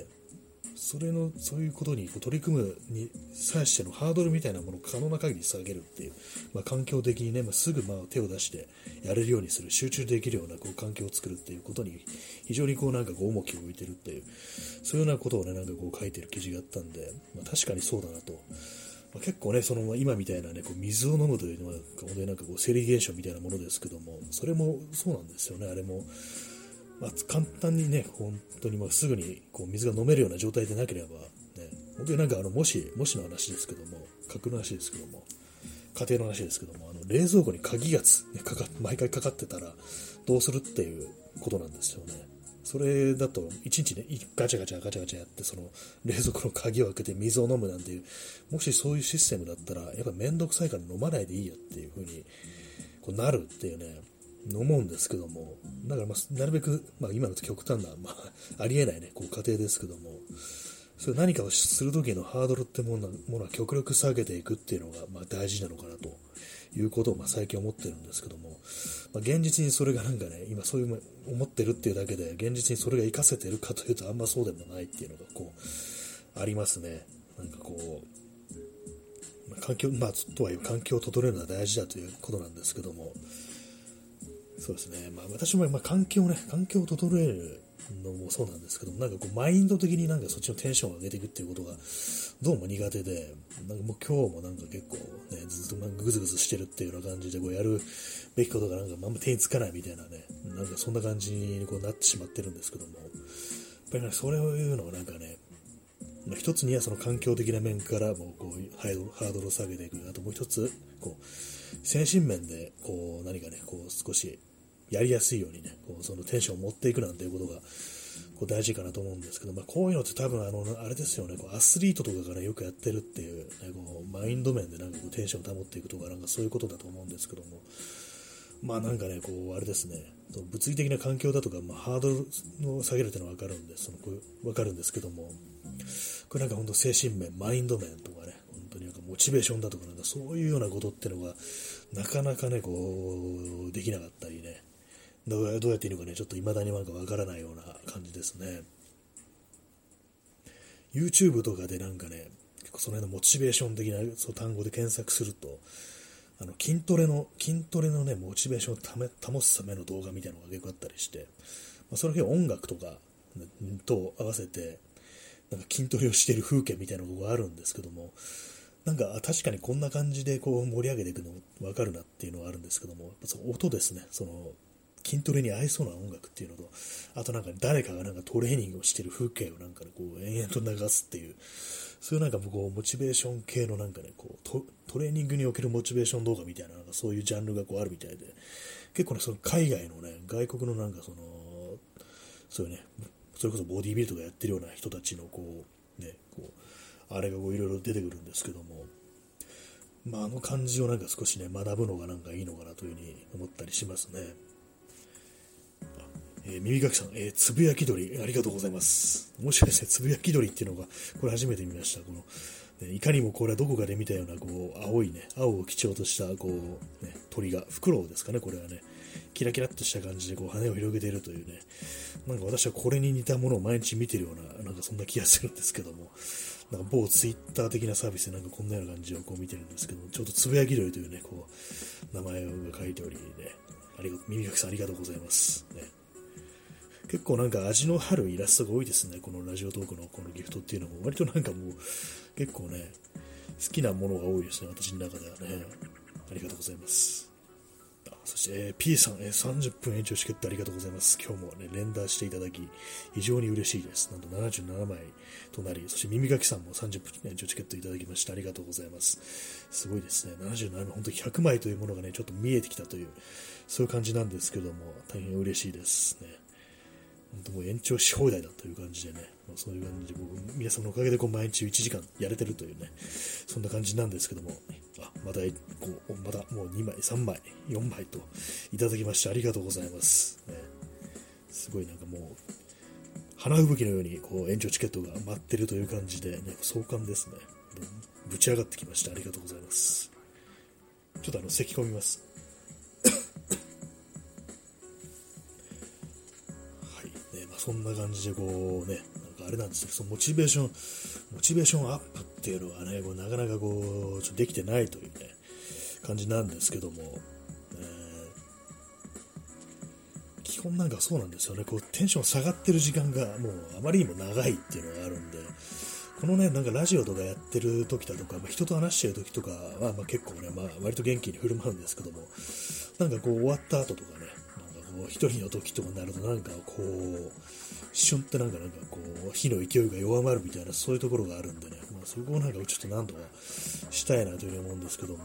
そういうことに取り組むに際してのハードルみたいなものを可能な限り下げるっていう、環境的にね、すぐ手を出してやれるようにする、集中できるようなこう環境を作るっていうことに非常にこうなんかこう重きを置いてるっていう、そういうようなことをね、なんかこう書いてる記事があったんで、確かにそうだなと。結構ね、今みたいなね、こう水を飲むというのは、本当になんかこう生理現象みたいなものですけども、それもそうなんですよね、あれも。 簡単にね、本当にすぐにこう水が飲めるような状態でなければ、ね、本当になんかもしの話ですけども、架空の話ですけども、家庭の話ですけども、冷蔵庫に鍵が毎回かかってたらどうするっていうことなんですよね。それだと一日ね、ガチャガチャやって、その冷蔵庫の鍵を開けて水を飲むなんていう、もしそういうシステムだったら、やっぱめんどくさいから飲まないでいいやっていう風にこうなるっていうね、思うんですけども、だからなるべく、今の極端な、ありえないね、こう家庭ですけども、それ何かをするときのハードルってものは極力下げていくっていうのが大事なのかなということを最近思ってるんですけども、現実にそれがなんかね、今そういう思ってるっていうだけで現実にそれが活かせてるかというとあんまそうでもないっていうのがこうありますね。なんかこう、環境、とはいえ環境を整えるのは大事だということなんですけども、そうですね、私も環境を整えるのもそうなんですけども、なんかこうマインド的になんかそっちのテンションを上げていくっていうことがどうも苦手で、なんかもう今日もなんか結構ね、ずっとグズグズしてるっていうような感じでこうやるべきことがなんかあんま手につかないみたいなね、なんかそんな感じにこうなってしまってるんですけども、やっぱりね、それを言うのはなんかね、一つにはその環境的な面からもこうハードルを下げていく。あともう一つ、こう精神面でこう何かね、こう少しやりやすいようにね、こうそのテンションを持っていくなんていうことがこう大事かなと思うんですけど、こういうのって多分あれですよね、こうアスリートとかがね、よくやってるっていう、ね、こうマインド面でなんかこうテンションを保っていくとか、なんかそういうことだと思うんですけども、なんかね、こうあれですね、物理的な環境だとか、ハードルを下げるというのは分かるんで、分かるんですけども、これなんか本当精神面、マインド面とかね、本当になんかモチベーションだとか、なんかそういうようなことっていうのがなかなかね、こうできなかったりね、どうやっていいのかね、ちょっと未だになんかわからないような感じですね。YouTube とかでなんかね、結構その辺のモチベーション的なそう単語で検索すると、筋トレのね、モチベーションを保つための動画みたいなのが結構あったりして、その日音楽とかと合わせて、なんか筋トレをしている風景みたいなのがあるんですけども、なんか確かにこんな感じでこう盛り上げていくの分かるなっていうのがあるんですけども、その音ですね、その筋トレに合いそうな音楽っていうのと、あとなんか誰かがなんかトレーニングをしている風景をなんかね、こう延々と流すっていう、そういうなんかこうモチベーション系のなんかね、こうトレーニングにおけるモチベーション動画みたいな、なんかそういうジャンルがこうあるみたいで、結構ね、その海外のね、外国のなんかそういうね、それこそボディービルとかやってるような人たちのこう、ね、こう、あれがこういろいろ出てくるんですけども、あの感じをなんか少しね、学ぶのがなんかいいのかなというふうに思ったりしますね。耳かきさん、つぶやき鳥、ありがとうございます。もしかしてつぶやき鳥っていうのが、これ初めて見ました。この、ね、いかにもこれはどこかで見たような、こう、青いね、青を基調とした、こう、ね、鳥が、フクロウですかね、これはね、キラキラっとした感じで、こう、羽を広げているというね、なんか私はこれに似たものを毎日見てるような、なんかそんな気がするんですけども、なんか某ツイッター的なサービスでなんかこんなような感じをこう見てるんですけども、ちょうどつぶやき鳥というね、こう、名前が書いておりね、耳かきさんありがとうございます。ね、結構なんか味のあるイラストが多いですね。このラジオトークのこのギフトっていうのも割となんかもう結構ね、好きなものが多いですね。私の中ではね。ありがとうございます。そして、P さん、30分延長チケットありがとうございます。今日もね、連打していただき、非常に嬉しいです。なんと77枚となり、そして耳かきさんも30分延長チケットいただきましてありがとうございます。すごいですね。77枚、本当に100枚というものがね、ちょっと見えてきたという、そういう感じなんですけども、大変嬉しいですね。本当もう延長し放題だという感じでね、そういう感じで皆さんのおかげでこう毎日1時間やれてるというね、そんな感じなんですけども、またもう2枚、3枚、4枚といただきましてありがとうございます。ね、すごいなんかもう、花吹雪のようにこう延長チケットが待ってるという感じで、ね、壮観ですね。ぶち上がってきました。ありがとうございます。ちょっと咳込みます。そんな感じでこうね、なんかあれなんですよ、そのモチベーションアップっていうのはね、こうなかなかこうちょっとできてないというね、感じなんですけども、基本なんかそうなんですよね、こうテンション下がってる時間がもうあまりにも長いっていうのがあるんで、このね、なんかラジオとかやってる時だとか、人と話してる時とかは、結構ね、割と元気に振る舞うんですけども、なんかこう終わった後とかね、 一人の時とかになるとなんかこう、一瞬ってなんかこう、火の勢いが弱まるみたいな、そういうところがあるんでね、まあ、そこをなんかちょっと何とかしたいなというふうに思うんですけども、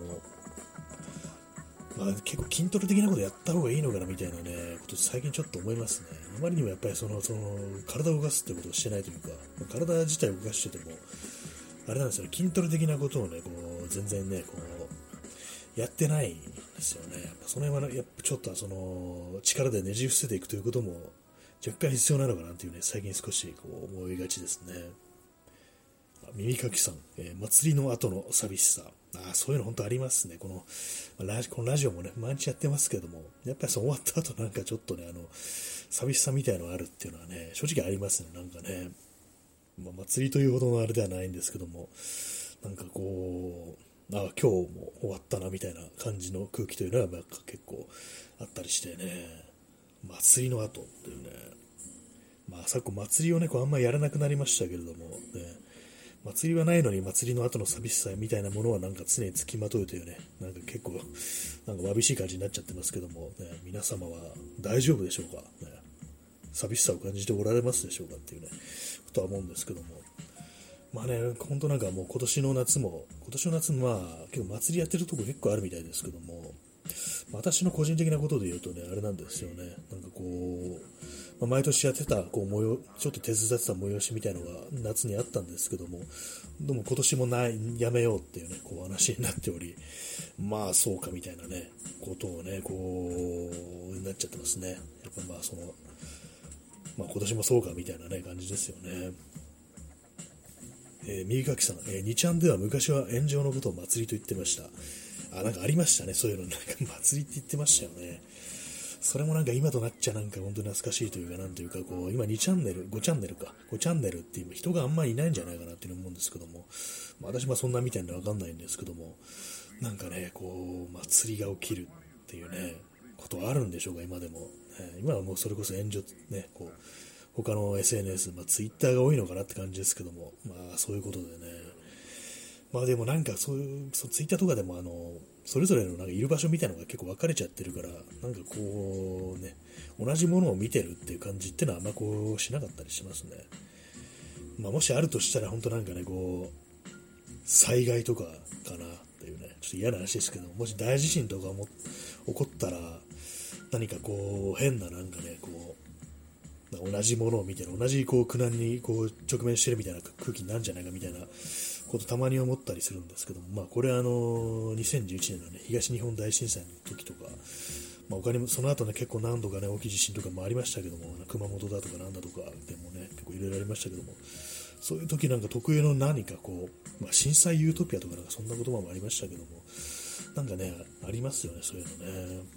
まあ、結構筋トレ的なことやった方がいいのかなみたいなね、こと最近ちょっと思いますね。あまりにもやっぱり体を動かすってことをしてないというか、体自体を動かしてても、あれなんですよね、筋トレ的なことをね、こう、全然ね、こう、やってないんですよね。やっぱその辺は、やっぱちょっと力でねじ伏せていくということも若干必要なのかなっていうね、最近少しこう思いがちですね。耳かきさん、祭りの後の寂しさ。そういうの本当ありますね。このラジオもね、毎日やってますけども、やっぱり終わった後なんかちょっとね、寂しさみたいのがあるっていうのはね、正直ありますね。なんかね、まあ、祭りというほどのあれではないんですけども、なんかこう、今日も終わったなみたいな感じの空気というのは結構あったりしてね、祭りの後っていうね、昨今祭りをね、こうあんまりやらなくなりましたけれども、ね、祭りはないのに祭りの後の寂しさみたいなものはなんか常につきまとうというね、なんか結構、なんかわびしい感じになっちゃってますけども、ね、皆様は大丈夫でしょうか、ね、寂しさを感じておられますでしょうかっていうね、ことは思うんですけども、まあね、本当なんかもう今年の夏も結構祭りやってるとこ結構あるみたいですけども、私の個人的なことで言うとね、あれなんですよね、なんかこう、毎年やってたこうちょっと手伝ってた催しみたいなのが夏にあったんですけども、でも今年もやめようっていうね、こう話になっており、まあそうかみたいなね、ことをね、こう、なっちゃってますね。やっぱ今年もそうかみたいなね、感じですよね。右垣さん、2ちゃんでは昔は炎上のことを祭りと言ってました。なんかありましたね、そういうの。なんか祭りって言ってましたよね。それもなんか今となっちゃなんか本当に懐かしいというか、なんというか、こう、今2チャンネル、5チャンネルか、5チャンネルっていう人があんまりいないんじゃないかなっていう思うんですけども、私もそんなみたいなわかんないんですけども、なんかね、こう、祭りが起きるっていうね、ことはあるんでしょうか、今でも。今はもうそれこそ炎上、ね、こう、他の SNS、ツイッターが多いのかなって感じですけども、そういうことでね、でもなんかそういう、ツイッターとかでもそれぞれのなんかいる場所みたいなのが結構分かれちゃってるから、なんかこうね、同じものを見てるっていう感じっていうのはあんまこうしなかったりしますね。もしあるとしたら本当なんかね、こう、災害とかかなっていうね、ちょっと嫌な話ですけど、もし大地震とかも起こったら、何かこう、変ななんかね、こう、同じものを見てる、同じこう苦難にこう直面してるみたいな空気になるんじゃないかみたいなことたまに思ったりするんですけども、これは2011年のね、東日本大震災の時とか、他にもその後ね、結構何度かね、大きい地震とかもありましたけども、熊本だとかなんだとかでもね、結構いろいろありましたけども、そういう時なんか特有の何かこう、震災ユートピアとかなんかそんな言葉もありましたけども、なんかね、ありますよね、そういうのね。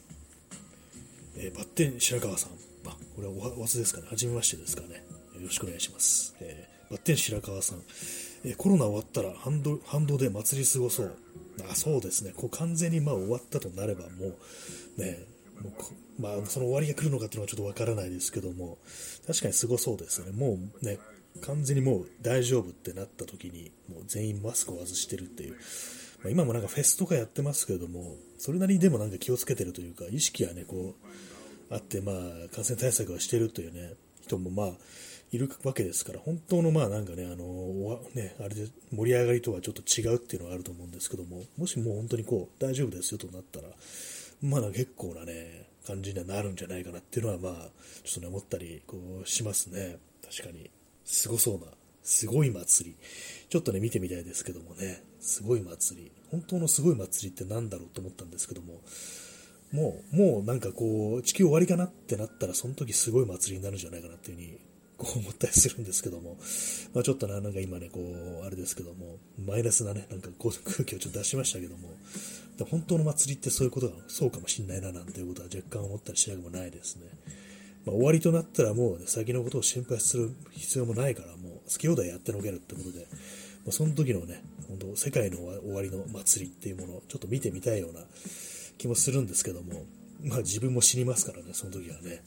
バッテン白川さん、これはお初ですかね、初めましてですかね、よろしくお願いします。バッテン白川さん、コロナ終わったら反動で祭り過ごそう。そうですね、こう完全に終わったとなればもうね、その終わりが来るのかっていうのはちょっとわからないですけども、確かに過ごそうですね。もうね、完全にもう大丈夫ってなった時に、もう全員マスクを外してるっていう。今もなんかフェスとかやってますけれども、それなりにでもなんか気をつけてるというか、意識はね、こう、あって、感染対策はしてるというね、人もいるわけですから、本当のなんかね、あれで盛り上がりとはちょっと違うっていうのはあると思うんですけども、もしもう本当にこう、大丈夫ですよとなったら、結構なね、感じにはなるんじゃないかなっていうのはちょっとね、思ったり、こう、しますね。確かに。すごそうな、すごい祭り。ちょっとね、見てみたいですけどもね、すごい祭り。本当のすごい祭りって何だろうと思ったんですけども、もうなんかこう、地球終わりかなってなったら、その時すごい祭りになるんじゃないかなっていう風に、こう思ったりするんですけども、ちょっとなんか今ね、こう、あれですけども、マイナスなね、なんかこう空気をちょっと出しましたけども、本当の祭りってそういうことが、そうかもしんないななんていうことは若干思ったりしなくもないですね。終わりとなったらもう、ね、先のことを心配する必要もないから、もう好き放題やってのけるってことで、その時のね、本当世界の終わりの祭りっていうものをちょっと見てみたいような気もするんですけども、自分も死にますからね、その時はね。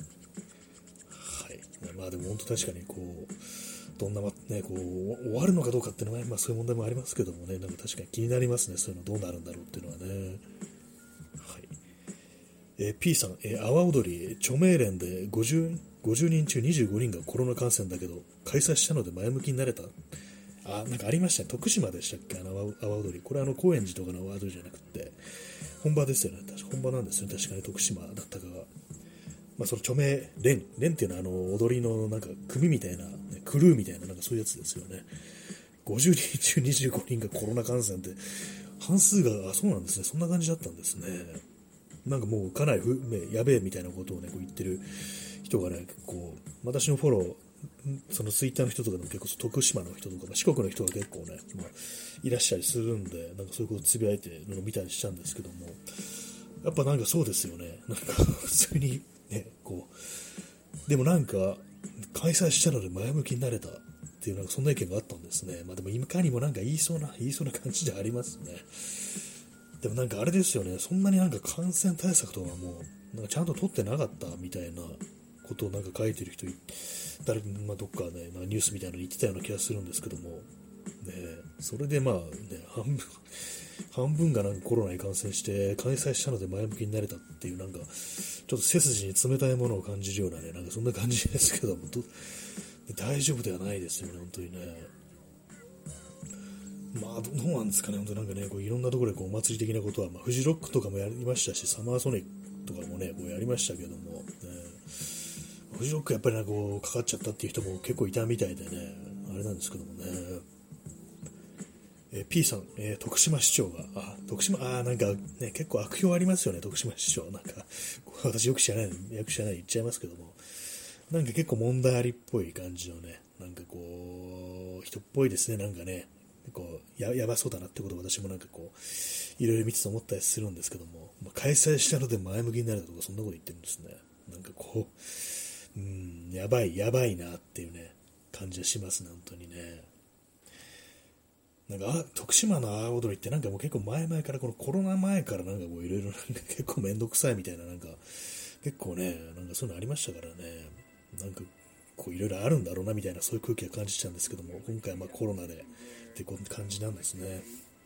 はい。でも本当確かにこう、どんなね、こう、終わるのかどうかっていうのは、そういう問題もありますけどもね、なんか確かに気になりますね、そういうのどうなるんだろうっていうのはね。はい。 P さん、阿波踊り著名連で50人中25人がコロナ感染だけど開催したので前向きになれた。なんかありましたね。徳島でしたっけ、阿波踊り。これ高円寺とかの阿波踊りじゃなくて本場ですよね。本場なんですよね。確かに徳島だったかが。その著名連っていうのは踊りのなんか組みたいな、ね、クルーみたいな、なんかそういうやつですよね。50人中25人がコロナ感染って、半数が、そうなんですね。そんな感じだったんですね。なんかもうかなりやべえみたいなことをね、こう言ってる人がね、私のフォロー、そのツイッターの人とかでも結構徳島の人とか、四国の人が結構ね、いらっしゃりするんで、なんかそういうことつぶやいてるのを見たりしたんですけども、やっぱなんかそうですよね。なんか普通にね、でもなんか開催したので前向きになれたっていう、なんかそんな意見があったんですね。でもいかにもなんか言いそうな感じでありますね。でもなんかあれですよね、そんなになんか感染対策とかもなんかちゃんと取ってなかったみたいなことをなんか書いてる人どっかね、ニュースみたいなの言ってたような気がするんですけども、ね、それで半分がなんかコロナに感染して開催したので前向きになれたっていう、なんかちょっと背筋に冷たいものを感じるようなね、なんかそんな感じですけども、大丈夫ではないですよね、本当にね。どうなんですかね、本当なんかね、いろんなところでお祭り的なことは、フジロックとかもやりましたし、サマーソニックとかもね、やりましたけども、フジロックやっぱりかかっちゃったっていう人も結構いたみたいでね、あれなんですけどもね。P さん、徳島市長が、なんかね、結構悪評ありますよね、徳島市長。なんか、私よく知らない言っちゃいますけども、なんか結構問題ありっぽい感じのね、なんか人っぽいですね、なんかね、やばそうだなってことを私もなんかいろいろ見てて思ったりするんですけども、開催したので前向きになるとか、そんなこと言ってるんですね。なんかやばいなっていうね、感じがしますね、本当にね。なんか徳島の阿波踊りってなんかもう結構前々から、このコロナ前からなんかいろいろ結構めんどくさいみたいな、なんか結構ね、なんかそういうのありましたからね、なんかいろいろあるんだろうなみたいな、そういう空気が感じちゃうんですけども、今回はコロナでってこういう感じなんですね。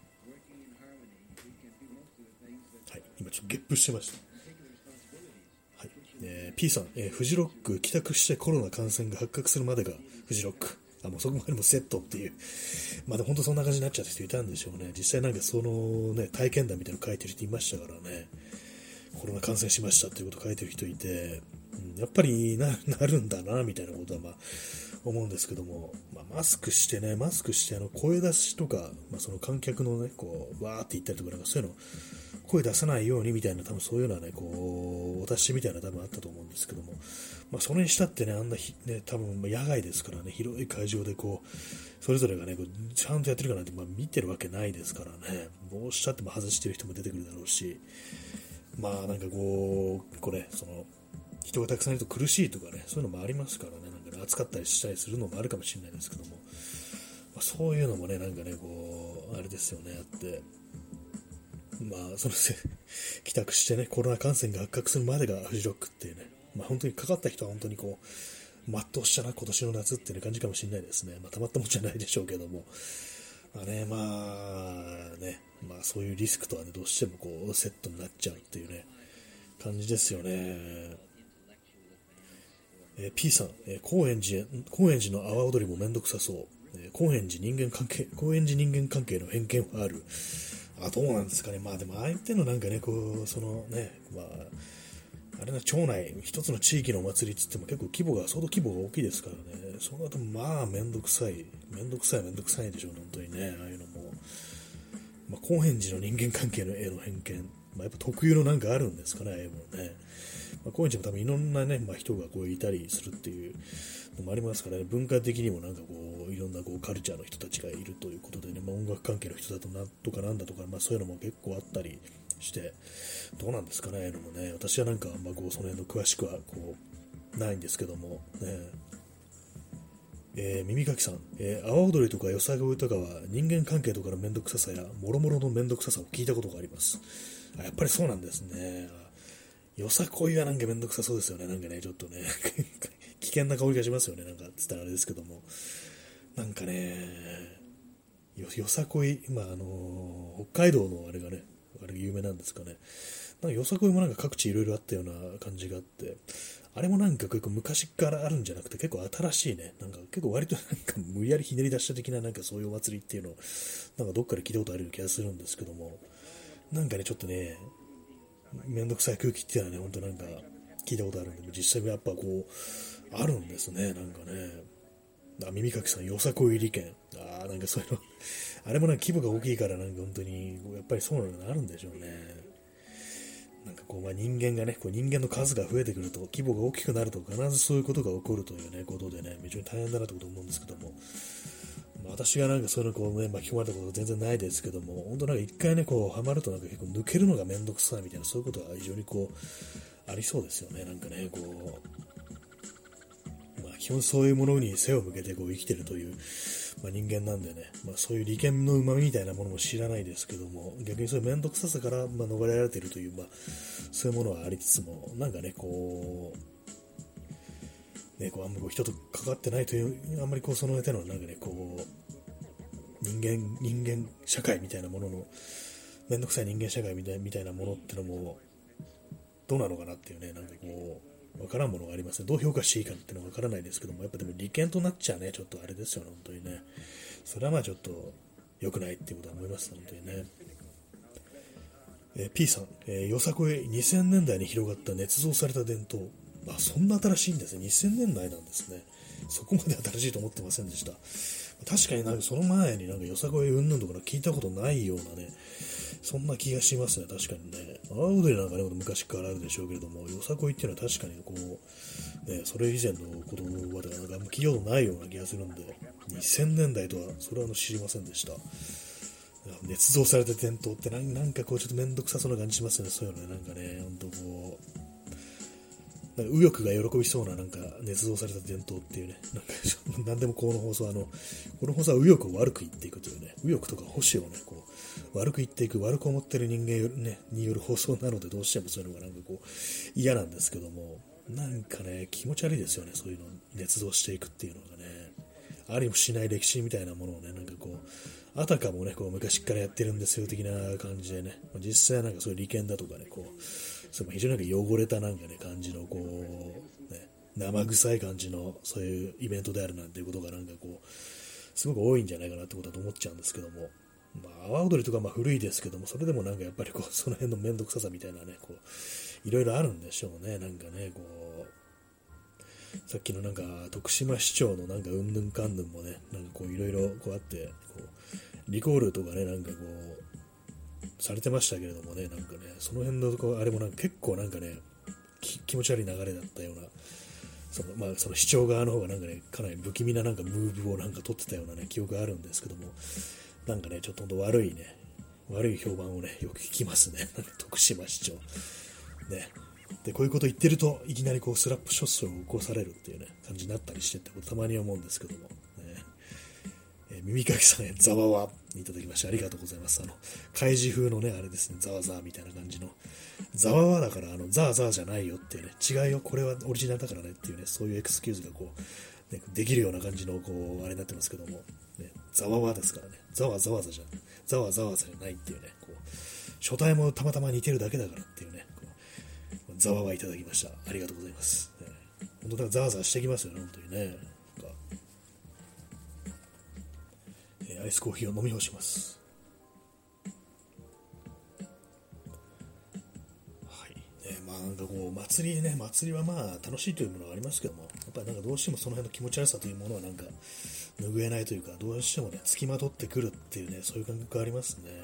はい、今ちょっとゲップしてました。はい、P さん、フジロック帰宅してコロナ感染が発覚するまでがフジロック。もうそこまでもセットっていう。で本当そんな感じになっちゃった人いたんでしょうね。実際なんかそのね、体験談みたいなの書いてる人いましたからね。コロナ感染しましたっていうこと書いてる人いて、やっぱりなるんだな、みたいなことは思うんですけども、マスクして声出しとか、その観客のね、わーって言ったりとか、なんかそういうの、声出さないようにみたいな、多分そういうのはね、お達しみたいな多分あったと思うんですけども、それにしたってね、あんなね、多分野外ですからね、広い会場でそれぞれがね、ちゃんとやってるかなんて、見てるわけないですからね、どうしたっても外してる人も出てくるだろうし、なんかその、人がたくさんいると苦しいとかね、そういうのもありますからね、なんかね、暑かったりしたりするのもあるかもしれないですけども、そういうのもね、なんかね、あれですよね、あって、その帰宅してね、コロナ感染が発覚するまでがフジロックっていうね、本当にかかった人は本当に全うしたな、今年の夏っていう感じかもしれないですね。たまったもんじゃないでしょうけども、そういうリスクとはね、どうしてもセットになっちゃうっていうね、感じですよね。P さん、高円寺の阿波踊りもめんどくさそう。高円寺人間関係の偏見はある。どうなんですかね。でも相手のなんかね、そのね、あれな、町内、一つの地域のお祭りって言っても結構相当規模が大きいですからね。そうだとめんどくさいでしょうね、本当にね、ああいうのも。高円寺の人間関係のへの偏見、やっぱ特有のなんかあるんですかね、ああいうのね。高円寺も多分いろんなね、人がいたりするっていうのもありますからね、文化的にもなんかいろんなカルチャーの人たちがいるということでね、音楽関係の人だとなんとかなんだとか、そういうのも結構あったりして、どうなんですかね、ああいうのもね、私はなんか、その辺の詳しくはないんですけども、ね。耳かきさん、阿波踊りとかよさごいとかは人間関係とかのめんどくささやもろもろのめんどくささを聞いたことがあります。やっぱりそうなんですね。よさこいはなんかめんどくさそうですよね。なんかね、ちょっとね、危険な香りがしますよね。なんか、つったらあれですけども。なんかね、よさこい、北海道のあれがね、ああれが有名なんですかね。なんかよさこいもなんか各地いろいろあったような感じがあって、あれもなんか結構昔からあるんじゃなくて結構新しいね、なんか結構割となんか無理やりひねり出した的ななんかそういうお祭りっていうのをなんかどっかで聞いたことあるような気がするんですけども、なんかねちょっとね、めんどくさい空気っていうのはね、ほんとなんか聞いたことあるんで、実際やっぱこう、あるんですね、なんかね。耳かきさん、よさこい利権。なんかそういうのあれもなんか規模が大きいからなんか本当に、やっぱりそうなのがあるんでしょうね。なんかこう、人間がね、こう人間の数が増えてくると、規模が大きくなると、必ずそういうことが起こるというね、ことでね、非常に大変だなということ思うんですけども、私がなんかそういうのこうね、巻き込まれたこと全然ないですけども、本当なんか一回ね、こう、ハマるとなんか結構抜けるのがめんどくさいみたいな、そういうことが非常にこう、ありそうですよね、なんかね、こう、基本そういうものに背を向けてこう生きてるという、人間なんでね、そういう利権の旨味みたいなものも知らないですけども、逆にそういう面倒くささから、逃れられているという、そういうものはありつつも、なんかね、こう、ね、こうあんまり人と関わってないという、あんまりこうその手のなんかね、こう、人間社会みたいなものの、面倒くさい人間社会みたいなものってのも、どうなのかなっていうね、なんかこう、わからんものがありますね。どう評価していいかっていうのはわからないですけども、やっぱでも利権となっちゃね、ちょっとあれですよね、本当にね。それはちょっと良くないっていうことは思います、本当にね。P さん、よさこい2000年代に広がった捏造された伝統。そんな新しいんですね。2000年代なんですね。そこまで新しいと思ってませんでした。確かになんかその前になんかよさこいうんぬんとか聞いたことないようなね、そんな気がしますね、確かにね。阿波踊りなんかね、昔からあるでしょうけれども、よさこいっていうのは確かにこう、ね、それ以前の言葉でなんか聞いたことないような気がするんで、2000年代とは、それは知りませんでした。捏造された伝統ってなんかこうちょっとめんどくさそうな感じしますよね、そういうのね、なんかね、ほんとこう、なんか右翼が喜びそうななんか捏造された伝統っていうね、なんか何でもこの放送この放送は右翼を悪く言っていくというね、右翼とか保守をね、こう、悪く言っていく、悪く思ってる人間、ね、による放送なのでどうしてもそういうのがなんかこう、嫌なんですけども、なんかね、気持ち悪いですよね、そういうのを捏造していくっていうのがね、ありもしない歴史みたいなものをね、なんかこう、あたかもね、こう昔からやってるんですよ的な感じでね、実際なんかそういう利権だとかね、こう、それも非常になんか汚れたなんかね、感じのこう、ね、生臭い感じのそういうイベントであるなんていうことがなんかこう、すごく多いんじゃないかなってことだと思っちゃうんですけども、阿波踊りとか古いですけども、それでもなんかやっぱりこう、その辺の面倒くささみたいなね、こう、いろいろあるんでしょうね、なんかね、こう、さっきのなんか徳島市長のなんかうんぬんかんぬんもね、なんかこういろいろこうあって、こうリコールとかね、なんかこう、されてましたけれどもね、なんかね、その辺のこうあれもなんか結構なんかね、気持ち悪い流れだったような、その市長側の方がなんかね、かなり不気味ななんかムーブをなんか取ってたようなね、記憶があるんですけども、なんかね、ちょっとほんと悪い評判をね、よく聞きますね、なんか徳島市長。ね。で、こういうこと言ってると、いきなりこうスラップショットを起こされるっていうね、感じになったりしてってことたまに思うんですけども、ね。耳かきさんへざわわいただきましてありがとうございます。開示風のね、あれですね、ざわざわみたいな感じの、ざわわだから、ざわざわじゃないよっていうね、違うよ、これはオリジナルだからねっていうね、そういうエクスキューズがこう、ね、できるような感じの、こう、あれになってますけども、ね、ざわわですからね、ざわざわじゃないっていうね、こう、書体もたまたま似てるだけだからっていうね、ざわわいただきました。ありがとうございます。本当だ、ざわざわしてきますよね、本当にね。アイスコーヒーを飲み干します。はい。なんかこう、祭りは楽しいというものはありますけども、やっぱりなんかどうしてもその辺の気持ち悪さというものはなんか、拭えないというか、どうしてもね、付きまとってくるっていうね、そういう感覚がありますね。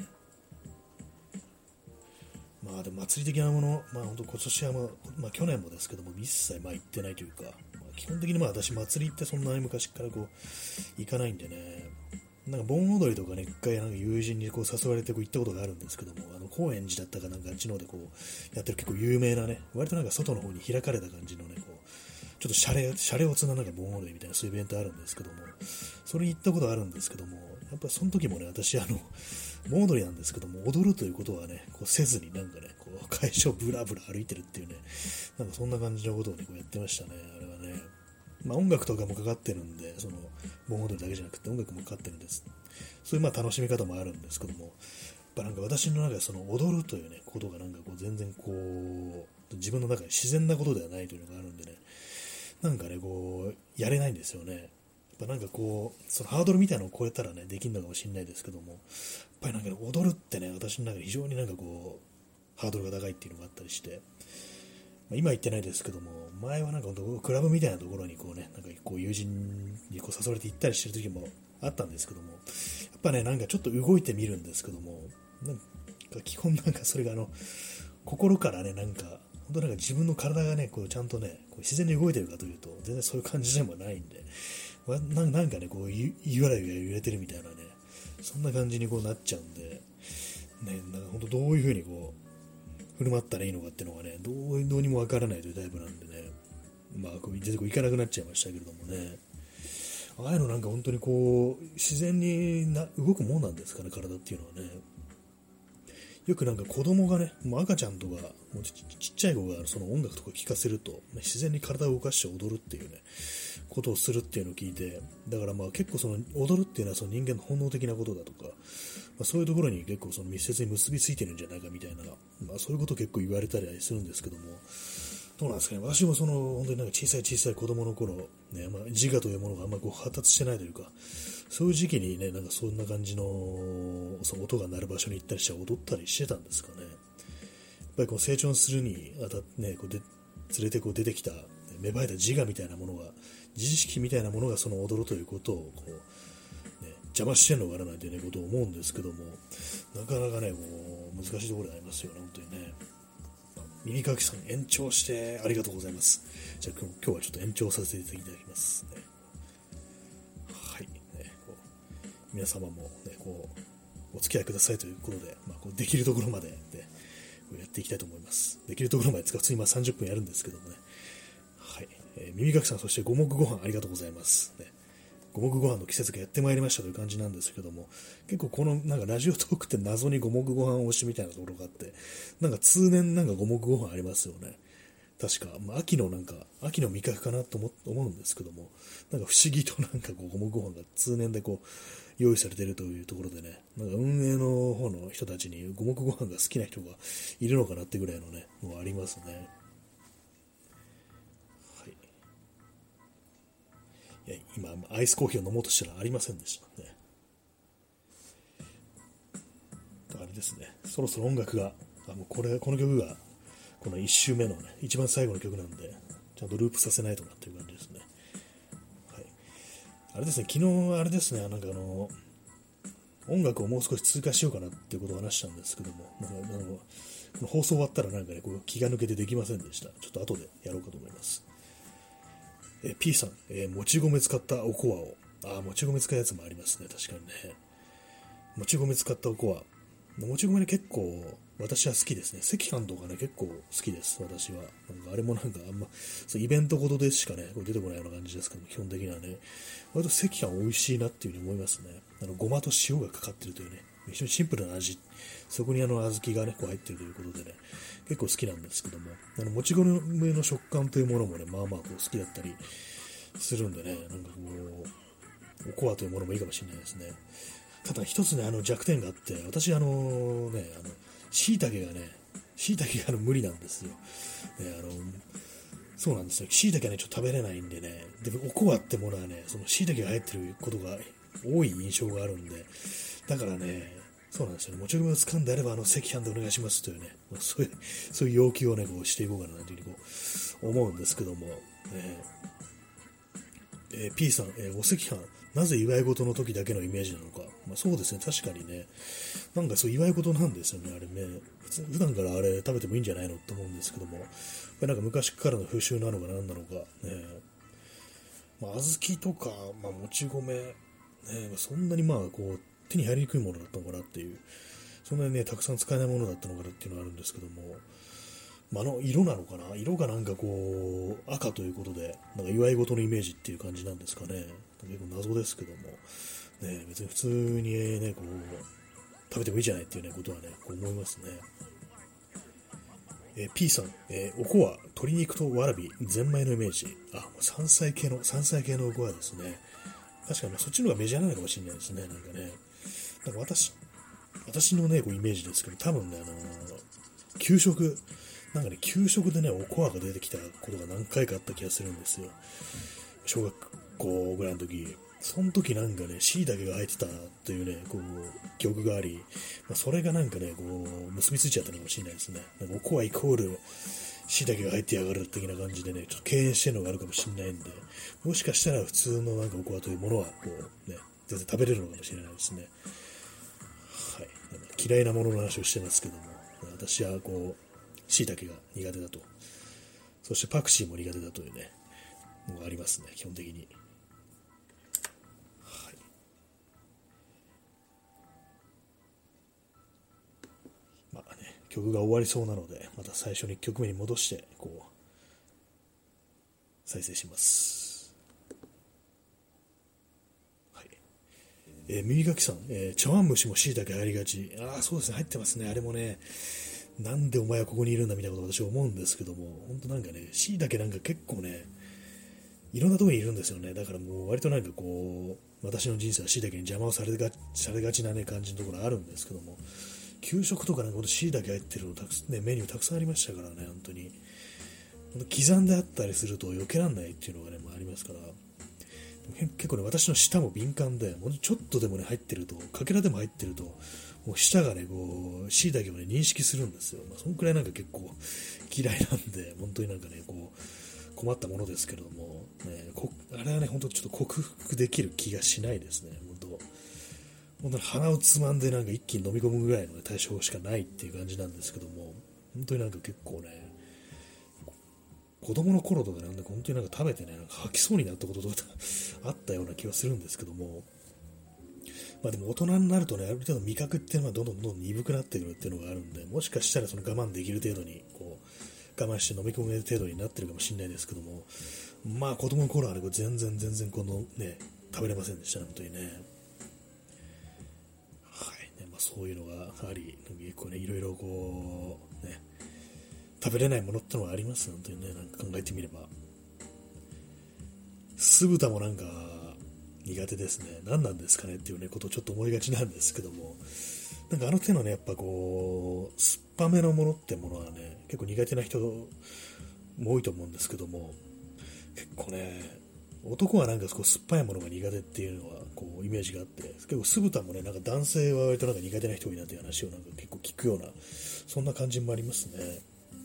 でも祭り的なもの、本当今年は去年もですけども、一切行ってないというか、基本的に私祭りってそんなに昔からこう、行かないんでね、なんか盆踊りとかね、一回なんか友人にこう誘われてこう行ったことがあるんですけども、高円寺だったかなんかあっちの方でこう、やってる結構有名なね、割となんか外の方に開かれた感じのね、こう、ちょっとシャレオツななんか盆踊りみたいなそういうイベントあるんですけども、それに行ったことあるんですけども、やっぱその時もね、私盆踊りなんですけども、踊るということはね、こうせずになんかね、こう会場ブラブラ歩いてるっていうね、なんかそんな感じのことをね、こうやってましたね、あれはね。音楽とかもかかってるんで、盆踊りだけじゃなくて音楽もかかってるんです。そういう楽しみ方もあるんですけども、 ぱなんか私の中でその踊るというね、ことがなんかこう全然こう、自分の中で自然なことではないというのがあるんでね、なんかね、こう、やれないんですよね。やっぱなんかこう、そのハードルみたいなのを超えたらね、できるのかもしれないですけども、やっぱりなんか、ね、踊るってね、私の中で非常になんかこう、ハードルが高いっていうのがあったりして、今言ってないですけども、前はなんかクラブみたいなところにこうね、なんかこう友人にこう誘われて行ったりしてる時もあったんですけども、やっぱね、なんかちょっと動いてみるんですけども、なんか基本なんかそれが心からね、なんか、本当なんか自分の体がね、こうちゃんとね、こう自然に動いてるかというと、全然そういう感じでもないんで、なんかね、こうゆらゆら揺れてるみたいなね、そんな感じにこうなっちゃうんで、ね、なんか本当どういう風にこう、振る舞ったらいいのかっていうのがね、どうにもわからないというタイプなんでね、まあ、全然こういかなくなっちゃいましたけれどもね、ああいうのなんか本当にこう、自然に動くもんなんですかね、体っていうのはね。よくなんか子供がね、もう赤ちゃんとか、もうちっちゃい子がその音楽とか聴かせると、自然に体を動かして踊るっていうね、ことをするっていうのを聞いて、だからまあ結構その踊るっていうのはその人間の本能的なことだとか、そういうところに結構その密接に結びついてるんじゃないかみたいな、そういうことを結構言われたりするんですけども、どうなんですかね、私もその本当になんか小さい子供の頃、ね、自我というものがあんまりこう発達してないというか、そういう時期にね、なんかそんな感じのその音が鳴る場所に行ったりして踊ったりしてたんですかね。やっぱりこう成長するにあたってね、連れてこう出てきた芽生えた自我みたいなものが、自意識みたいなものがその踊るということをこう、ね、邪魔してんのかななんていう、ね、ことを思うんですけども、なかなかね、難しいところでありますよね、本当にね。耳かきさん延長してありがとうございます。じゃあ今日はちょっと延長させていただきます、ね。はい、ね、皆様も、ね、こうお付き合いくださいということで、こうできるところまで、ね、やっていきたいと思います。できるところまで普通に今30分やるんですけどもね。はい、耳かきさん、そして五目ご飯ありがとうございます。ね、五目ご飯の季節がやってまいりましたという感じなんですけども、結構このなんかラジオトークって謎に五目ご飯推しみたいなところがあって、なんか通年なんか五目ご飯ありますよね。確か、秋の味覚かなと思うんですけども、なんか不思議となんかこう五目ご飯が通年でこう用意されているというところでね、なんか運営の方の人たちに五目ご飯が好きな人がいるのかなってぐらいのね、もうありますね。いや今アイスコーヒーを飲もうとしたらありませんでしたね。あれですね、そろそろ音楽がもうこの曲がこの1周目のね一番最後の曲なんで、ちゃんとループさせないとなっていう感じですね。はい、あれですね、昨日あれですね、なんか音楽をもう少し通過しようかなっていうことを話したんですけども、この放送終わったらなんかね、こう気が抜けてできませんでした。ちょっと後でやろうかと思います。P さん、もち米使ったおこわを。もち米使うやつもありますね。確かにね。もち米使ったおこわ。もち米ね、結構私は好きですね。赤飯とかね、結構好きです。私は。なんかあれもなんかあんま、そうイベントごとでしかね、これ出てこないような感じですけども、基本的にはね、割と赤飯美味しいなっていうふうに思いますね。ごまと塩がかかってるというね、非常にシンプルな味。そこに小豆がね、こう入ってるということでね、結構好きなんですけども、もち米の食感というものもね、こう好きだったりするんでね、なんかこう、おこわというものもいいかもしれないですね。ただ一つね、弱点があって、私椎茸が無理なんですよ。そうなんですよ。椎茸はね、ちょっと食べれないんでね、で、おこわってものはね、その椎茸が入ってることが多い印象があるんで、だからね、そうなんですよね。もち米を掴んであれば、赤飯でお願いしますというね、そういう要求をね、こうしていこうかなというふうにこう思うんですけども、P さん、お赤飯、なぜ祝い事の時だけのイメージなのか。そうですね、確かにね、なんかそう祝い事なんですよね、あれね。普段からあれ食べてもいいんじゃないのと思うんですけども、これなんか昔からの風習なのか何なのか、小豆とか、もち米、そんなにこう、手に入りにくいものだったのかなっていう、そんなにね、たくさん使えないものだったのかなっていうのがあるんですけども、色なのかな、色がなんかこう赤ということでなんか祝い事のイメージっていう感じなんですかね。結構謎ですけども、ね、別に普通にねこう食べてもいいじゃないっていうねことはねこう思いますね。P さん、おこわ鶏肉とわらびゼンマイのイメージ。山菜系のおこわですね。確かにそっちの方がメジャーなのかもしれないですね。なんか私私のね、こうイメージですけど、多分ね、給食、なんかね、給食でね、おこわが出てきたことが何回かあった気がするんですよ。小学校ぐらいの時。その時なんかね、椎茸が入ってたというね、こう、記憶があり、それがなんかね、こう、結びついちゃったのかもしれないですね。なんかおこわイコール、椎茸が入ってやがる的な感じでね、ちょっと敬遠してるのがあるかもしれないんで、もしかしたら普通のなんかおこわというものは、こう、ね、全然食べれるのかもしれないですね。はい。嫌いなものの話をしてますけども、私はこう、椎茸が苦手だと。そしてパクチーも苦手だというね、のがありますね、基本的に。はい。まあね、曲が終わりそうなので、また最初に1曲目に戻して、こう、再生します。はい。耳かきさん、茶碗蒸しも椎茸入りがち。ああ、そうですね、入ってますね。あれもね、なんでお前はここにいるんだみたいなことを私は思うんですけども、本当なんかね、椎茸なんか結構ね、いろんなところにいるんですよね。だからもう割となんかこう、私の人生は椎茸に邪魔をされがちな、ね、感じのところあるんですけども、給食とかなんか椎茸入ってるのね、メニューたくさんありましたからね、本当に。刻んであったりすると避けられないっていうのがね、ありますから、結構ね、私の舌も敏感で、もうちょっとでもね、入ってると、かけらでも入ってると、もう舌がね、こう、椎茸をね、認識するんですよ。そのくらいなんか結構嫌いなんで、本当になんかね、こう、困ったものですけれども、ね、あれはね、本当ちょっと克服できる気がしないですね、本当に鼻をつまんでなんか一気に飲み込むぐらいの、ね、対処法しかないっていう感じなんですけども、本当になんか結構ね、子供の頃とかなんで本当になんか食べてね、なんか吐きそうになったこととかあったような気がするんですけども、まあでも大人になるとね、ある程度味覚っていうのはどんどん鈍くなってくるっていうのがあるんで、もしかしたらその我慢できる程度に、こう、我慢して飲み込める程度になってるかもしれないですけども、まあ子供の頃はね、全然このね、食べれませんでしたね、本当にね。はいね、まあそういうのがあり、結構ね、いろいろこう、ね、食べれないものってのはあります、本当にね、なんか考えてみれば。酢豚もなんか苦手ですね。何なんですかねっていうね、ことをちょっと思いがちなんですけども、なんかあの手のね、やっぱこう、酸っぱめのものってものはね、結構苦手な人も多いと思うんですけども、結構ね、男はなんかこう酸っぱいものが苦手っていうのはこうイメージがあって、結構酢豚もね、なんか男性は割となんか苦手な人多いなっていう話をなんか結構聞くような、そんな感じもありますね。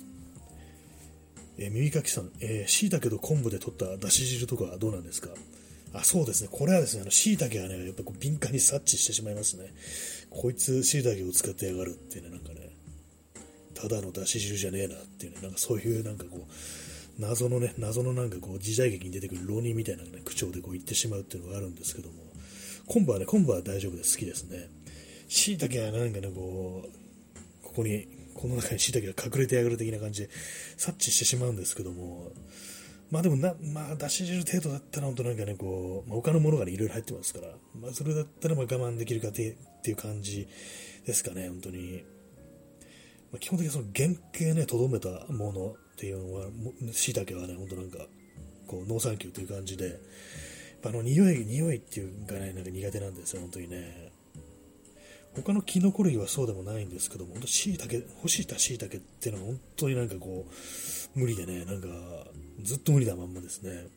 耳かきさん、椎茸と昆布で取っただし汁とかどうなんですか？あ、そうですね。これはですね、椎茸はね、やっぱこう敏感に察知してしまいますね。こいつ椎茸を使ってやがるっていうね、なんかね、ただのだし汁じゃねえなっていうね、なんかそういうなんかこう、謎のなんかこう、時代劇に出てくる浪人みたいな、ね、口調でこう言ってしまうっていうのがあるんですけども、昆布は大丈夫です。好きですね。椎茸はなんかね、こう、この中に椎茸が隠れてやがる的な感じで察知してしまうんですけども、まあでもまあ、だし汁程度だったら、本当なんかね、こう、他のものがね、いろいろ入ってますから、まあ、それだったらまあ我慢できるかっていう感じですかね、本当に。まあ、基本的にその原型ね、とどめたものっていうのは、椎茸はね、本当なんか、こう、ノーサンキューという感じで、匂いっていうかね、なんか苦手なんですよ、本当にね。他のキノコ類はそうでもないんですけども、干した椎茸っていうのは本当になんかこう、無理でね、なんか、ずっと無理なまんまですね。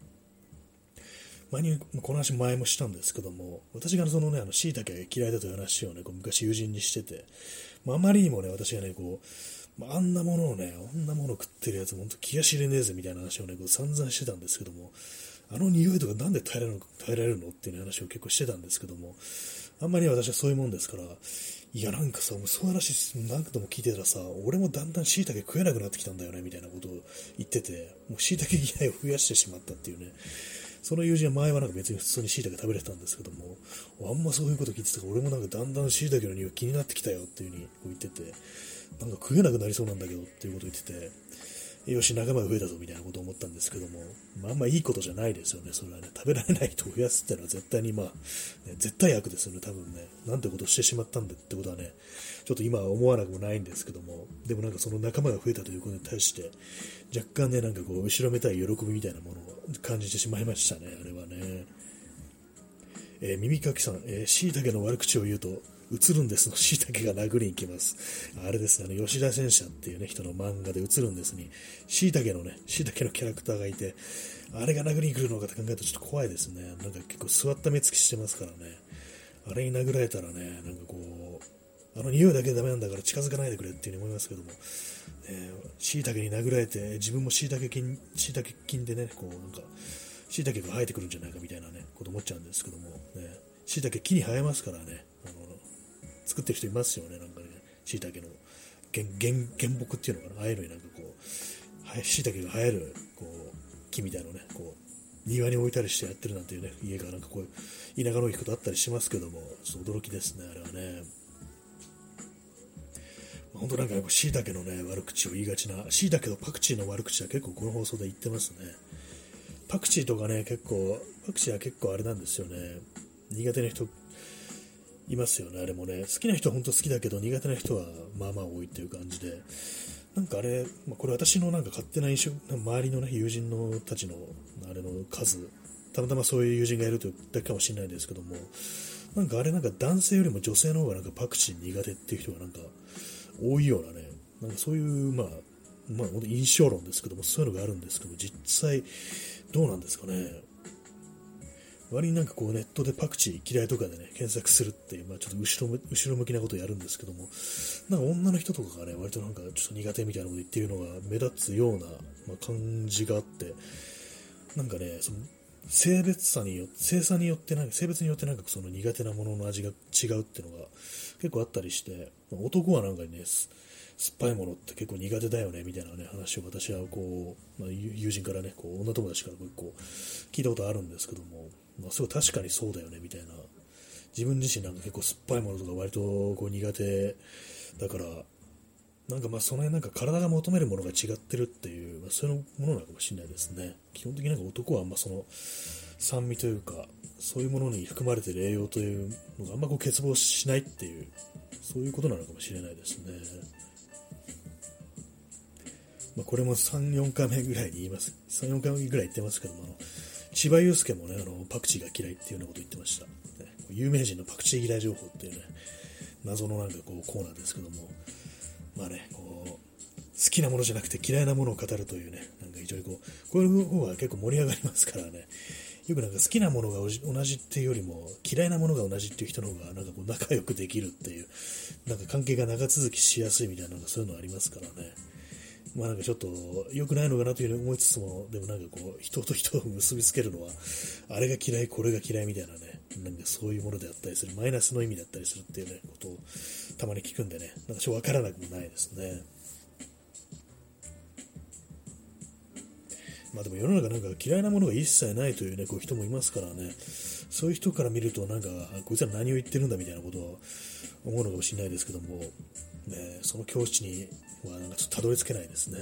この話前もしたんですけども、私がそのね、椎茸が嫌いだという話をね、こう昔友人にしてて、あまりにもね、私がね、こう、あんなものを食ってるやつ、本当気が知れねえぜみたいな話をね、こう散々してたんですけども、あの匂いとかなんで耐えられるのっていう話を結構してたんですけども、あんまり私はそういうもんですから、いやなんかさ、そういう話何度も聞いてたらさ、俺もだんだん椎茸食えなくなってきたんだよね、みたいなことを言ってて、もう椎茸嫌いを増やしてしまったっていうね、その友人は前はなんか別に普通に椎茸食べれてたんですけども、あんまそういうこと聞いてたから、俺もなんかだんだん椎茸の匂い気になってきたよっていう風に言ってて、なんか食えなくなりそうなんだけどっていうことを言ってて、よし、仲間が増えたぞみたいなことを思ったんですけども、あんまいいことじゃないですよね、それはね。食べられない人を増やすっていうのは絶対にね、絶対悪ですよね、多分ね。なんてことをしてしまったんだってことはね、ちょっと今は思わなくもないんですけども、でもなんかその仲間が増えたということに対して、若干ね、なんかこう、後ろめたい喜びみたいなものを感じてしまいましたね、あれはね。耳かきさん、椎茸の悪口を言うと、 映るんですの椎茸が殴りに行きます。あれですね、吉田戦車っていうね、人の漫画で映るんですに、椎茸のキャラクターがいて、あれが殴りに来るのかって考えるとちょっと怖いですね。なんか結構座った目つきしてますからね。あれに殴られたらね、なんかこう、匂いだけでダメなんだから近づかないでくれっていうふうに思いますけども、椎茸に殴られて、自分も椎茸菌でね、こうなんか、椎茸が生えてくるんじゃないかみたいなね、こと思っちゃうんですけども、ね、椎茸木に生えますからね、作ってる人いますよね、なんかね、椎茸の原木っていうのかな、ああいうのになんかこう、椎茸が生える、こう、木みたいなのね、こう、庭に置いたりしてやってるなんていうね、家がなんかこう、田舎の行くことあったりしますけども、ちょっと驚きですね、あれはね。本当なんか椎茸のね、悪口を言いがちな、椎茸とパクチーの悪口は結構この放送で言ってますね。パクチーとかね、パクチーは結構あれなんですよね。苦手な人いますよね、あれもね。好きな人は本当好きだけど、苦手な人はまあまあ多いっていう感じで。なんかあれ、これ私のなんか勝手な印象、周りのね、友人のたちの、あれの数、たまたまそういう友人がいるというだけかもしれないですけども、なんかあれなんか男性よりも女性の方がなんかパクチー苦手っていう人がなんか多いようなね、なんかそういう、本当印象論ですけども、そういうのがあるんですけども、実際どうなんですかね。割になんかこうネットでパクチー嫌いとかでね、検索するっていう、ちょっと後ろ向きなことをやるんですけども、なんか女の人とかがね、割となんかちょっと苦手みたいなこと言っているのが目立つような、感じがあって、なんかね、その性別によってなんかその苦手なものの味が違うっていうのが結構あったりして、男はなんかね、酸っぱいものって結構苦手だよねみたいなね話を私はこう、友人からね、こう女友達から結構聞いたことあるんですけども、すごい確かにそうだよねみたいな、自分自身なんか結構酸っぱいものとか割とこう苦手だから、なんかその辺なんか体が求めるものが違ってるっていう、そういうものなのかもしれないですね。基本的になんか男はその酸味というか、そういうものに含まれている栄養というのがあんまこう欠乏しないっていう、そういうことなのかもしれないですね。これも3、4回目ぐらいに言います。3、4回目ぐらい言ってますけども、千葉祐介もね、パクチーが嫌いっていうようなこと言ってました。有名人のパクチー嫌い情報っていうね、謎のなんかこうコーナーですけども、こう、好きなものじゃなくて嫌いなものを語るというね、なんか非常にこういう方が結構盛り上がりますからね、よくなんか好きなものが同じっていうよりも嫌いなものが同じっていう人の方がなんかこう仲良くできるっていう、なんか関係が長続きしやすいみたいな、なんかそういうのありますからね。なんかちょっと良くないのかなというふうに思いつつも、でもなんかこう人と人を結びつけるのはあれが嫌いこれが嫌いみたいなね、なんかそういうものであったりする、マイナスの意味だったりするっていうねことをたまに聞くんでね、なんかちょっとわからなくもないですね。でも世の中なんか嫌いなものが一切ないというね、こう人もいますからね、そういう人から見るとなんかこいつら何を言ってるんだみたいなことを思うのかもしれないですけども、ね、その境地にはなんかちょっとたどり着けないですね。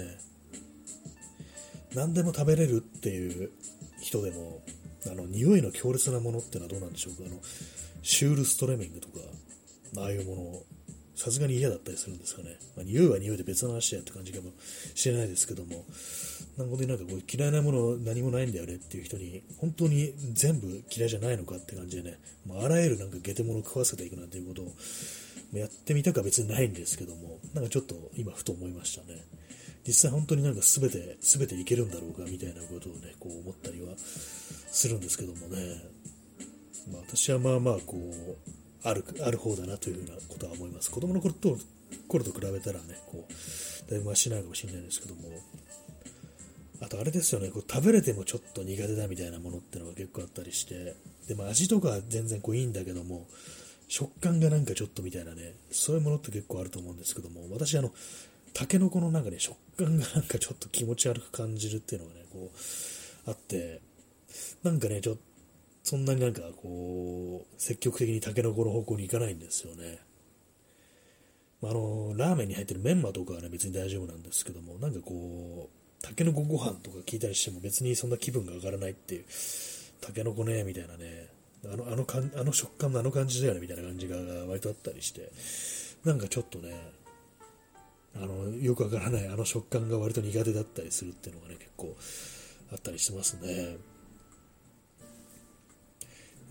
何でも食べれるっていう人でも匂いの強烈なものってのはどうなんでしょうか。シュールストレミングとかああいうものさすがに嫌だったりするんですかね。匂いは匂いで別の話やって感じかもしれないですけども、なんかこう嫌いなもの何もないんだよねっていう人に本当に全部嫌いじゃないのかって感じでね、あらゆるなんかゲテモノを食わせていくなんていうことをやってみたくは別にないんですけども、なんかちょっと今ふと思いましたね。実際本当になんか全ていけるんだろうかみたいなことをねこう思ったりはするんですけどもね、私はこうある方だなというふうなことは思います。子供の頃と比べたらね、こうだいぶマシなのかもしれないですけども、あとあれですよね、こう食べれてもちょっと苦手だみたいなものってのが結構あったりして、でも味とかは全然こういいんだけども、食感がなんかちょっとみたいなね、そういうものって結構あると思うんですけども、私タケノコの中で食感がなんかちょっと気持ち悪く感じるっていうのがね、こうあって、なんかね、そんなになんかこう積極的にタケノコの方向に行かないんですよね。ラーメンに入ってるメンマとかはね別に大丈夫なんですけども、なんかこうタケノコご飯とか聞いたりしても別にそんな気分が上がらないっていう、タケノコねみたいなね、あの食感のあの感じだよねみたいな感じが割とあったりして、なんかちょっとねよくわからないあの食感が割と苦手だったりするっていうのがね結構あったりしますね。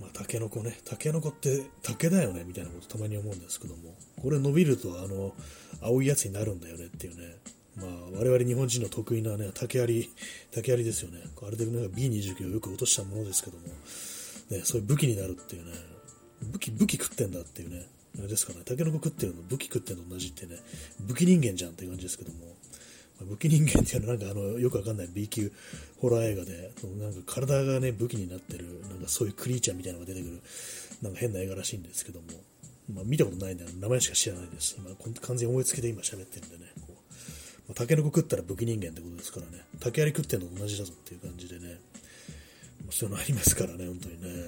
まあ、タケノコね、タケノコって竹だよねみたいなことたまに思うんですけども、これ伸びると青いやつになるんだよねっていうね、まあ、我々日本人の得意なね、竹槍ですよね。あれでなんか B29 をよく落としたものですけども、ね、そういう武器になるっていうね、武器食ってんだっていうね、あれですかね、タケノコ食ってるの武器食ってるのと同じってね、武器人間じゃんっていう感じですけども、武器人間っていうのはなんかよくわかんない B 級ホラー映画で、なんか体がね、武器になってる、なんかそういうクリーチャーみたいなのが出てくる、なんか変な映画らしいんですけども、まあ見たことないんで、名前しか知らないです。今、完全に思いつきで今喋ってるんでね、こうまあ、タケノコ食ったら武器人間ってことですからね、竹槍食ってるのと同じだぞっていう感じでね、そういうのありますからね、本当にね。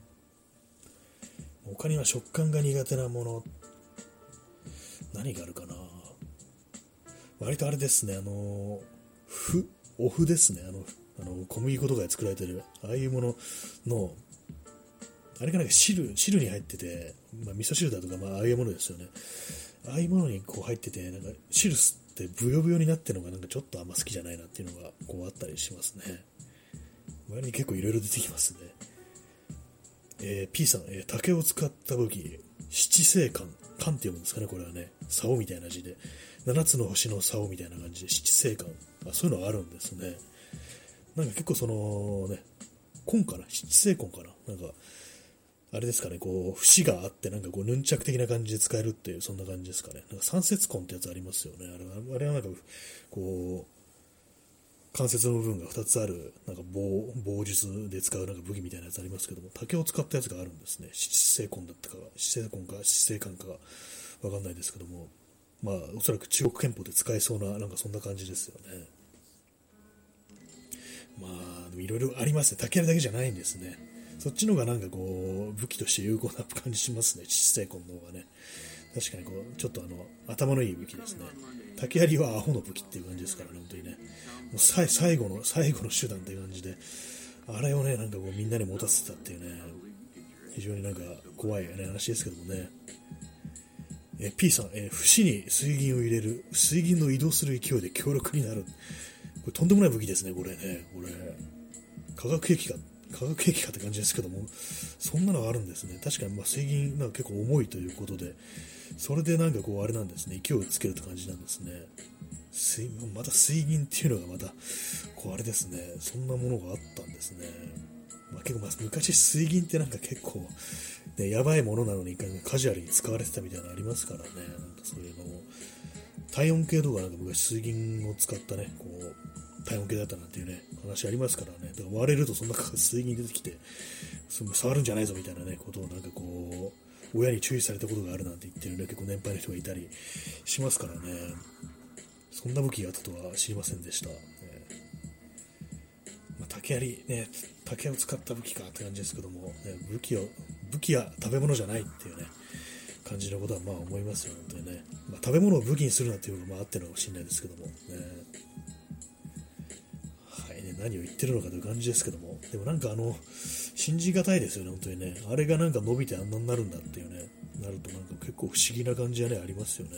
他には食感が苦手なもの、何があるかな。割とあれですね、お麩ですね、小麦粉とかで作られてる、ああいうものの、あれがなんか汁に入ってて、まあ、味噌汁だとか、まあ、ああいうものですよね。ああいうものにこう入ってて、なんか汁吸ってブヨブヨになってるのがなんかちょっとあんま好きじゃないなっていうのがこうあったりしますね。周りに結構いろいろ出てきますね。P さん、竹を使った武器、七星館、館って読むんですかね、これはね、竿みたいな字で、7つの星の竿みたいな感じで七星館、そういうのがあるんですね。なんか結構そのね、根かな、七星根かな、なんかあれですかね、こう節があってなんかこうヌンチャク的な感じで使えるっていうそんな感じですかね。なんか三節根ってやつありますよね。あれはなんかこう関節の部分が2つあるなんか棒術で使うなんか武器みたいなやつありますけども、竹を使ったやつがあるんですね。七星根だったか七星根か七星間かわかんないですけども、まあおそらく中国憲法で使えそうななんかそんな感じですよね。まあいろいろありますね。竹槍だけじゃないんですね。そっちの方がなんかこう武器として有効な感じしますね。七星根の方がね。確かにこうちょっと頭のいい武器ですね。竹槍はアホの武器っていう感じですからね、本当にね。もう最後の手段っていう感じで、あれをね、なんかこうみんなに持たせたっていうね、非常になんか怖い、ね、話ですけどもね。P さん、節に水銀を入れる、水銀の移動する勢いで強力になる。これとんでもない武器ですね、これね。これ、化学兵器かって感じですけども、そんなのがあるんですね。確かにまあ水銀なんか結構重いということで、それでなんかこうあれなんですね、勢いをつけるって感じなんですね。また水銀っていうのがまたこうあれですね、そんなものがあったんですね。まあ、結構昔水銀ってなんか結構、ね、やばいものなのにカジュアルに使われてたみたいなのありますからね。なんかそういうのを体温計とかなんか昔水銀を使ったね、こう体温計だったなんていうね話ありますからね。だから割れるとそんな水銀出てきて触るんじゃないぞみたいなねことをなんかこう親に注意されたことがあるなんて言ってるね結構年配の人がいたりしますからね。そんな武器があったとは知りませんでした。まあ、竹槍ね、竹を使った武器かって感じですけども、ね、武器や食べ物じゃないっていうね感じのことはまあ思いますよ本当にね。まあ、食べ物を武器にするなっていうのがまああってるのかもしれないですけどもね。はいね、何を言ってるのかという感じですけども、でもなんか信じがたいですよね本当にね。あれがなんか伸びてあんなになるんだっていうねなるとなんか結構不思議な感じがねありますよね。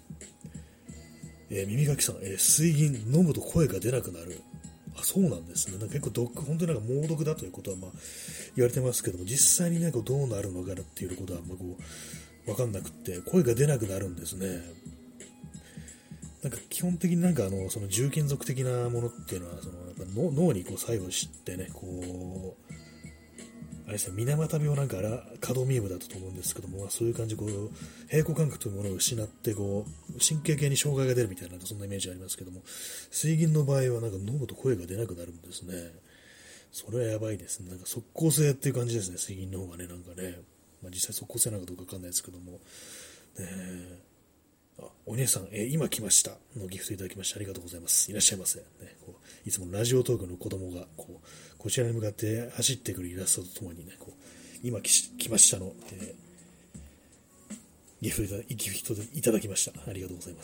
耳かきさん、水銀飲むと声が出なくなる。そうなんですね。なんか結構本当になんか猛毒だということはまあ言われてますけども、実際になんかどうなるのかっていうことはまあこう分かんなくって声が出なくなるんですね。なんか基本的になんかその重金属的なものっていうのはそのやっぱ脳にこう作用してねこうあれですね、水俣病なんかカドミウムだったと思うんですけども、そういう感じでこう平衡感覚というものを失ってこう神経系に障害が出るみたいなそんなイメージありますけども、水銀の場合はなんか飲むと声が出なくなるんですね。それはやばいですね。なんか即効性っていう感じですね、水銀の方がね。なんかね、まあ、実際即効性なのかどうかわかんないですけども、お姉さん、今来ましたのギフトいただきましてありがとうございます。いらっしゃいませ。ね、こういつもラジオトークの子供がこちらに向かって走ってくるイラストとともにね、今来ましたの、ギフトでいただきました。ありがとうございます。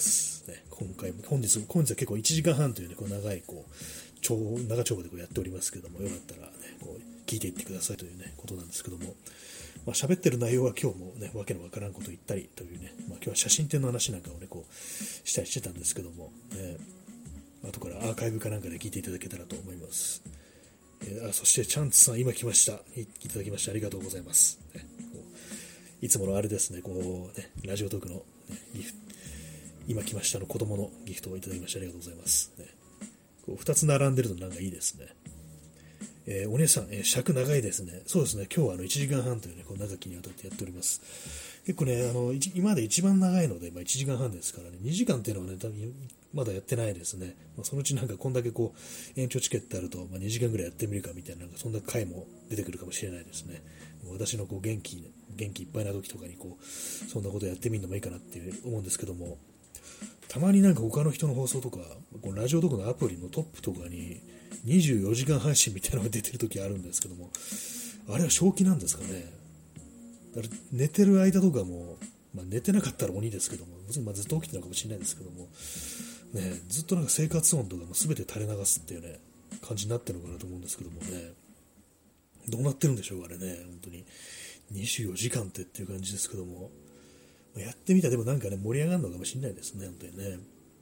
ね、本日は結構1時間半というね、長い長丁場でやっておりますけども、よかったらね、聞いていってくださいというね、ことなんですけども、まあ、喋ってる内容は今日もね、わけのわからんこと言ったりというね、まあ、今日は写真展の話なんかをね、したりしてたんですけども、後からアーカイブかなんかで聞いていただけたらと思います。 そしてチャンツさん今来ました。いただきましてありがとうございます。いつものあれですね、ラジオトークの、ギフト、今来ましたの子供のギフトをいただきましてありがとうございます。2つ並んでるとなんかいいですね。お姉さん、尺長いですね。そうですね、今日は1時間半というね、長きにわたってやっております。結構ね、今まで一番長いので、1時間半ですからね、2時間っていうのはね、多分まだやってないですね。そのうちなんかこんだけ延長チケットあると、2時間ぐらいやってみるかみたいな、そんな回も出てくるかもしれないですね。私の元気いっぱいな時とかにそんなことやってみるのもいいかなって思うんですけども、たまになんか他の人の放送とか、ラジオとかのアプリのトップとかに24時間配信みたいなのが出てる時あるんですけども、あれは正気なんですかね。寝てる間とかも、寝てなかったら鬼ですけども、ずっと起きてるのかもしれないですけども、ね、ずっとなんか生活音とかも全て垂れ流すっていうね、感じになってるのかなと思うんですけどもね、どうなってるんでしょうかね、本当に。24時間っていう感じですけども、やってみたらでもなんかね、盛り上がるのかもしれないですね、本当にね。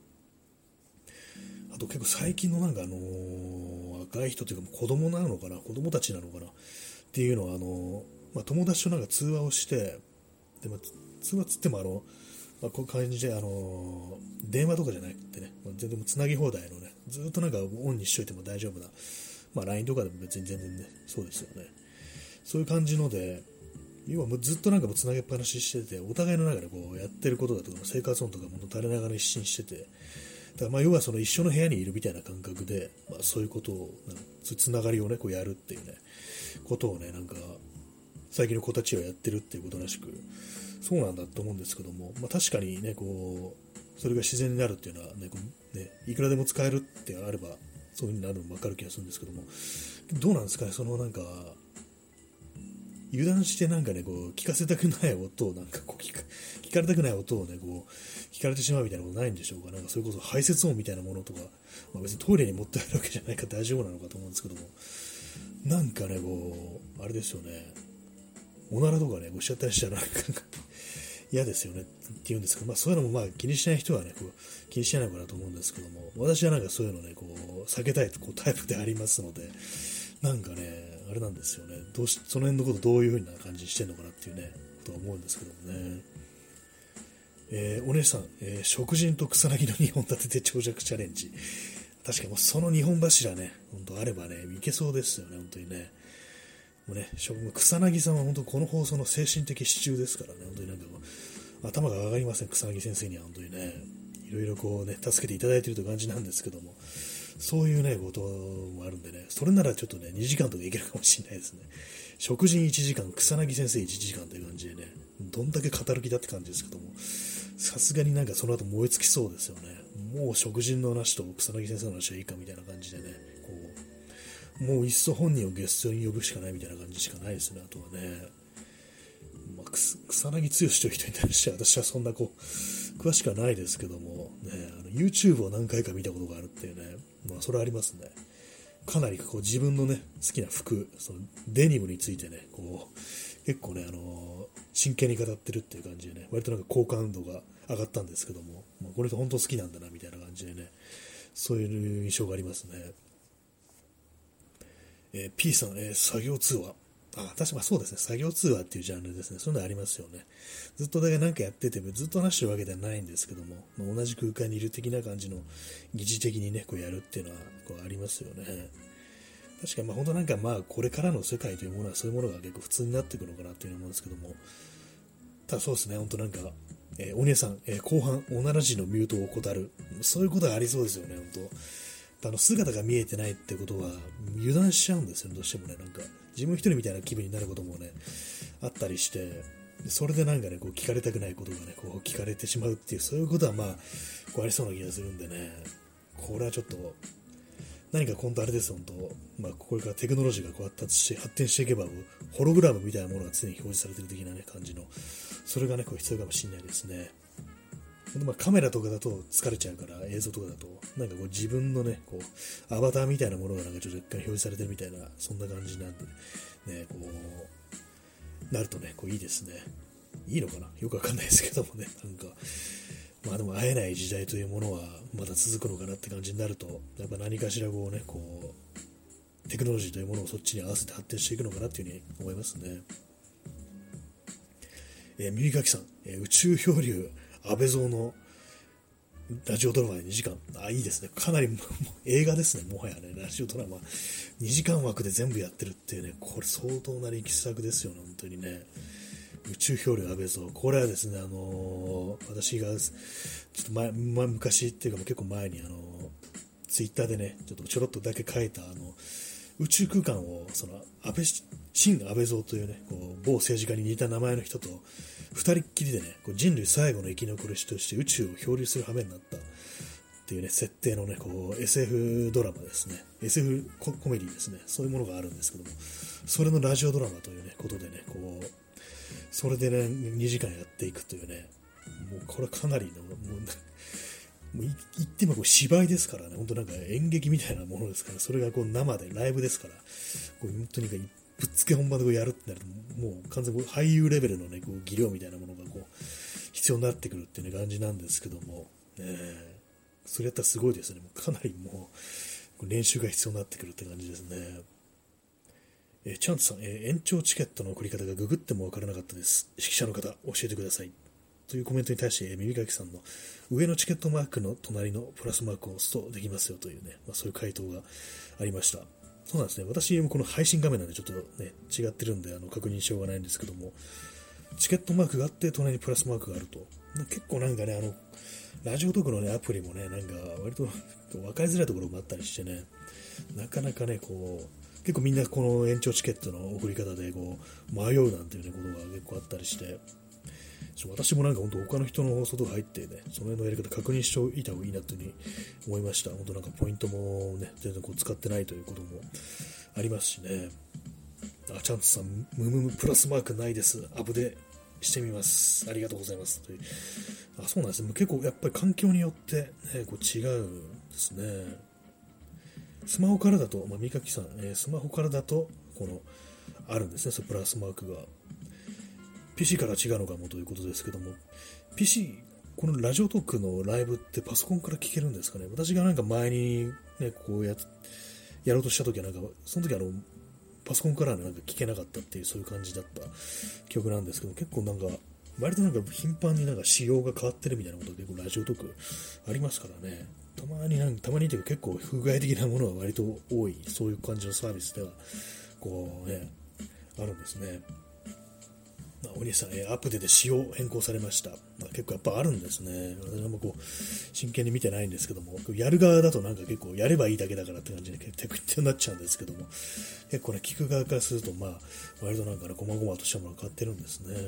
あと結構最近のなんか若い人というか子供なのかな、子供たちなのかなっていうのは友達となんか通話をして、で通話つってもこういう感じで電話とかじゃなくてね、全然つなぎ放題のね、ずっとなんかオンにしといても大丈夫な、LINE とかでも別に全然ね、そうですよね。そういう感じので、要はもうずっとなんかつなげっぱなししてて、お互いの中でやってることだとか生活音とかも垂れながら一新してて、だから要はその一緒の部屋にいるみたいな感覚で、そういうことをつながりをねやるっていうねことをね、なんか最近の子たちはやってるっていうことらしく、そうなんだと思うんですけども、確かにねそれが自然になるっていうのはね、いくらでも使えるってあればそういう風になるのも分かる気がするんですけども、どうなんですかね、なんか油断してなんかね聞かせたくない音をなんか聞かれたくない音をね聞かれてしまうみたいなことないんでしょうか。なんかそれこそ排泄音みたいなものとか、別にトイレに持ってあるわけじゃないから大丈夫なのかと思うんですけども、なんかねあれですよね、おならとかねしちゃったりしたらなんか嫌ですよねって言うんですけど、そういうのも気にしない人はね気にしないのかなと思うんですけども、私はなんかそういうのね避けたいタイプでありますので、なんかねあれなんですよね、その辺のことどういう風な感じにしてるのかなっていうねとは思うんですけどもね。お姉さん、食人と草薙の2本立てて長尺チャレンジ。確かにもうその2本柱ね、本当あればね、いけそうですよね、本当にね。もうね、草薙さんは本当この放送の精神的支柱ですからね、本当になんか頭が上がりません、草薙先生には本当にね、いろいろ助けていただいているという感じなんですけども、そういうね、こともあるんでね、それならちょっとね、2時間とかいけるかもしれないですね。食人1時間、草薙先生1時間という感じでね、どんだけ語る気だって感じですけども、さすがになんかその後燃え尽きそうですよね。もう食人の話と草薙先生の話はいいかみたいな感じでね、もういっそ本人をゲストに呼ぶしかないみたいな感じしかないですね。あとはね、草薙剛という人に対しては私はそんな詳しくはないですけども、ね、YouTube を何回か見たことがあるっていうね、それはありますね。かなり自分のね、好きな服、そのデニムについてね、結構ね、真剣に語ってるっていう感じでね、割となんか好感度が上がったんですけども、これと本当好きなんだなみたいな感じでね、そういう印象がありますね。P さん、作業通話。確かそうですね、作業通話っていうジャンルですね。そういうのありますよね。ずっとだけなんかやってて、ずっと話してるわけではないんですけども、同じ空間にいる的な感じの疑似的にね、やるっていうのはありますよね。確かに本当なんかこれからの世界というものはそういうものが結構普通になってくるのかなっていうの思うんですけども、ただそうですね、本当なんか、お姉さん、後半おなら時のミュートを怠る、そういうことがありそうですよね、本当。姿が見えてないってことは油断しちゃうんですよね、どうしてもね。なんか自分一人みたいな気分になることもねあったりして、それでなんかね聞かれたくないことがね聞かれてしまうっていう、そういうことはありそうな気がするんでね、これはちょっと何か本当あれです本当、これからテクノロジーが発展していけばホログラムみたいなものが常に表示されている的なね感じの、それがね必要かもしれないですね。カメラとかだと疲れちゃうから、映像とかだとなんか自分のねアバターみたいなものがなんかちょっと若干表示されてるみたいな、そんな感じなんでね、なるとねいいですね。いいのかな、よくわかんないですけどもね、なんかでも会えない時代というものはまだ続くのかなって感じになると、やっぱ何かしらテクノロジーというものをそっちに合わせて発展していくのかなというふうに思いますね。耳かきさん、宇宙漂流安倍蔵のラジオドラマで2時間。いいですね。かなり映画ですね。もはやね、ラジオドラマ2時間枠で全部やってるっていうね、これ相当な力作ですよね、本当にね。宇宙漂流安倍蔵。これはですね、私がちょっと昔っていうか結構前にツイッターでね、ちょろっとだけ書いた宇宙空間を新安倍蔵というね、某政治家に似た名前の人と二人っきりでね、人類最後の生き残り人として宇宙を漂流する羽目になったっていうね、設定のね、SF ドラマですね、SF コメディですね、そういうものがあるんですけども、それのラジオドラマというね、ことでね、それでね、2時間やっていくというね、もうこれかなりの、もう言っても芝居ですからね、本当なんか演劇みたいなものですから、それが生でライブですから、本当にぶっつけ本番でやるってなると、もう完全に俳優レベルのね、技量みたいなものが必要になってくるっていう、ね、感じなんですけども、それやったらすごいですね、もうかなりもう練習が必要になってくるって感じですね。チャンツさん、延長チケットの送り方がググってもわからなかったです。指揮者の方、教えてください。というコメントに対して、耳かきさんの上のチケットマークの隣のプラスマークを押すとできますよというね、そういう回答がありました。そうなんですね。私もこの配信画面なんでちょっとね、違ってるんで確認しようがないんですけども、チケットマークがあって隣にプラスマークがあると。結構なんかね、ラジオトークのね、アプリもね、なんか割と分かりづらいところもあったりしてね、なかなかね、結構みんなこの延長チケットの送り方で迷うなんていうね、ことが結構あったりして、私もなんか本当他の人の放送とか入ってね、その辺のやり方確認しておいた方がいいなというふうに思いました。本当なんかポイントもね、全然使ってないということもありますしね。チャンツさん、プラスマークないです。アップでしてみます。ありがとうございます。という。そうなんですね。結構やっぱり環境によって、ね、違うんですね。スマホからだと、三垣さん、スマホからだと、あるんですね、そのプラスマークが。PC から違うのかもということですけども、PC、このラジオトークのライブってパソコンから聞けるんですかね。私がなんか前にね、やろうとしたときはなんか、その時パソコンからなんか聞けなかったっていう、そういう感じだった記憶なんですけど、結構なんか、割となんか頻繁になんか仕様が変わってるみたいなことが結構ラジオトークありますからね。たまにというか結構不具合的なものは割と多い、そういう感じのサービスでは、あるんですね。お兄さん、アップデートで仕様変更されました。結構やっぱあるんですね。私は真剣に見てないんですけども、やる側だとなんか結構やればいいだけだからって感じでテクニックになっちゃうんですけども、結構ね、聞く側からすると、割となんかね、細々としたものが変わってるんですね。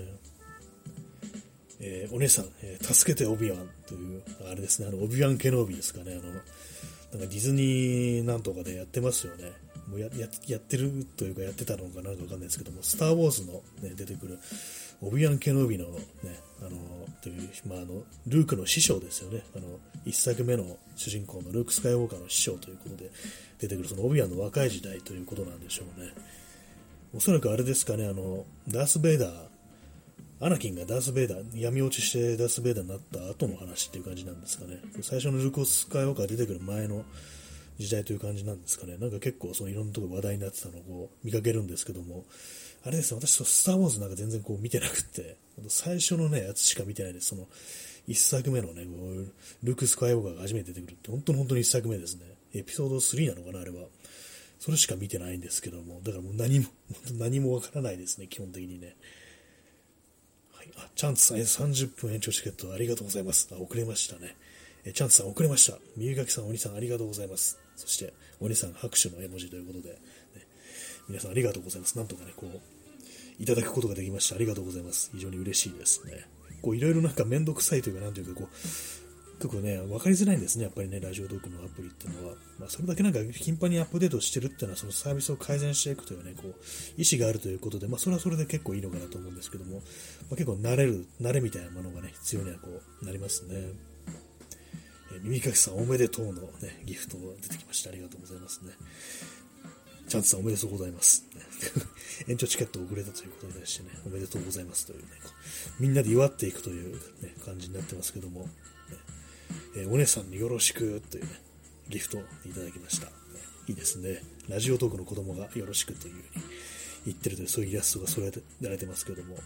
お姉さん、助けてオビワンという、あれですね、オビワンケノービですかね、なんかディズニーなんとかでやってますよね。もうやってるというかやってたのかなんかわかんないですけども、スター・ウォーズの、ね、出てくるオビワン・ケノービの、ね、という、ルークの師匠ですよね。一作目の主人公のルーク・スカイウォーカーの師匠ということで出てくるそのオビワンの若い時代ということなんでしょうね。おそらくあれですかね、ダース・ベイダー、アナキンがダース・ベイダー、闇落ちしてダース・ベイダーになった後の話っていう感じなんですかね。最初のルーク・スカイウォーカー出てくる前の時代という感じなんですかね。なんか結構いろんなところ話題になってたのを見かけるんですけども、あれですね、私スター・ウォーズなんか全然見てなくて、最初のね、やつしか見てないです。一作目のね、ルーク・スカイウォーカーが初めて出てくるって、本当に一作目ですね。エピソード3なのかな、あれは。それしか見てないんですけども、だからもう何もわからないですね、基本的にね。はい、チャンツさん、30分延長チケットありがとうございます。遅れましたね。チャンツさん遅れました。耳垣さん、お兄さんありがとうございます。そして、お兄さん拍手の絵文字ということで、ね、皆さんありがとうございます。なんとかね、いただくことができました。ありがとうございます。非常に嬉しいですね。いろいろなんかめんどくさいというか、なんというか、結構ね、わかりづらいんですね。やっぱりね、ラジオトークのアプリっていうのは。それだけなんか頻繁にアップデートしてるっていうのは、そのサービスを改善していくというね、意思があるということで、それはそれで結構いいのかなと思うんですけども、結構慣れみたいなものがね、必要にはなりますね。耳かきさんおめでとうの、ね、ギフト出てきました。ありがとうございますね。チャンツさんおめでとうございます。延長チケットを遅れたということでしてね、おめでとうございますというね、みんなで祝っていくという、ね、感じになってますけども、お姉さんによろしくというね、ギフトをいただきました。 いいですね。ラジオトークの子供がよろしくというふうに言ってるという、そういうイラストが添えられてますけども。はい。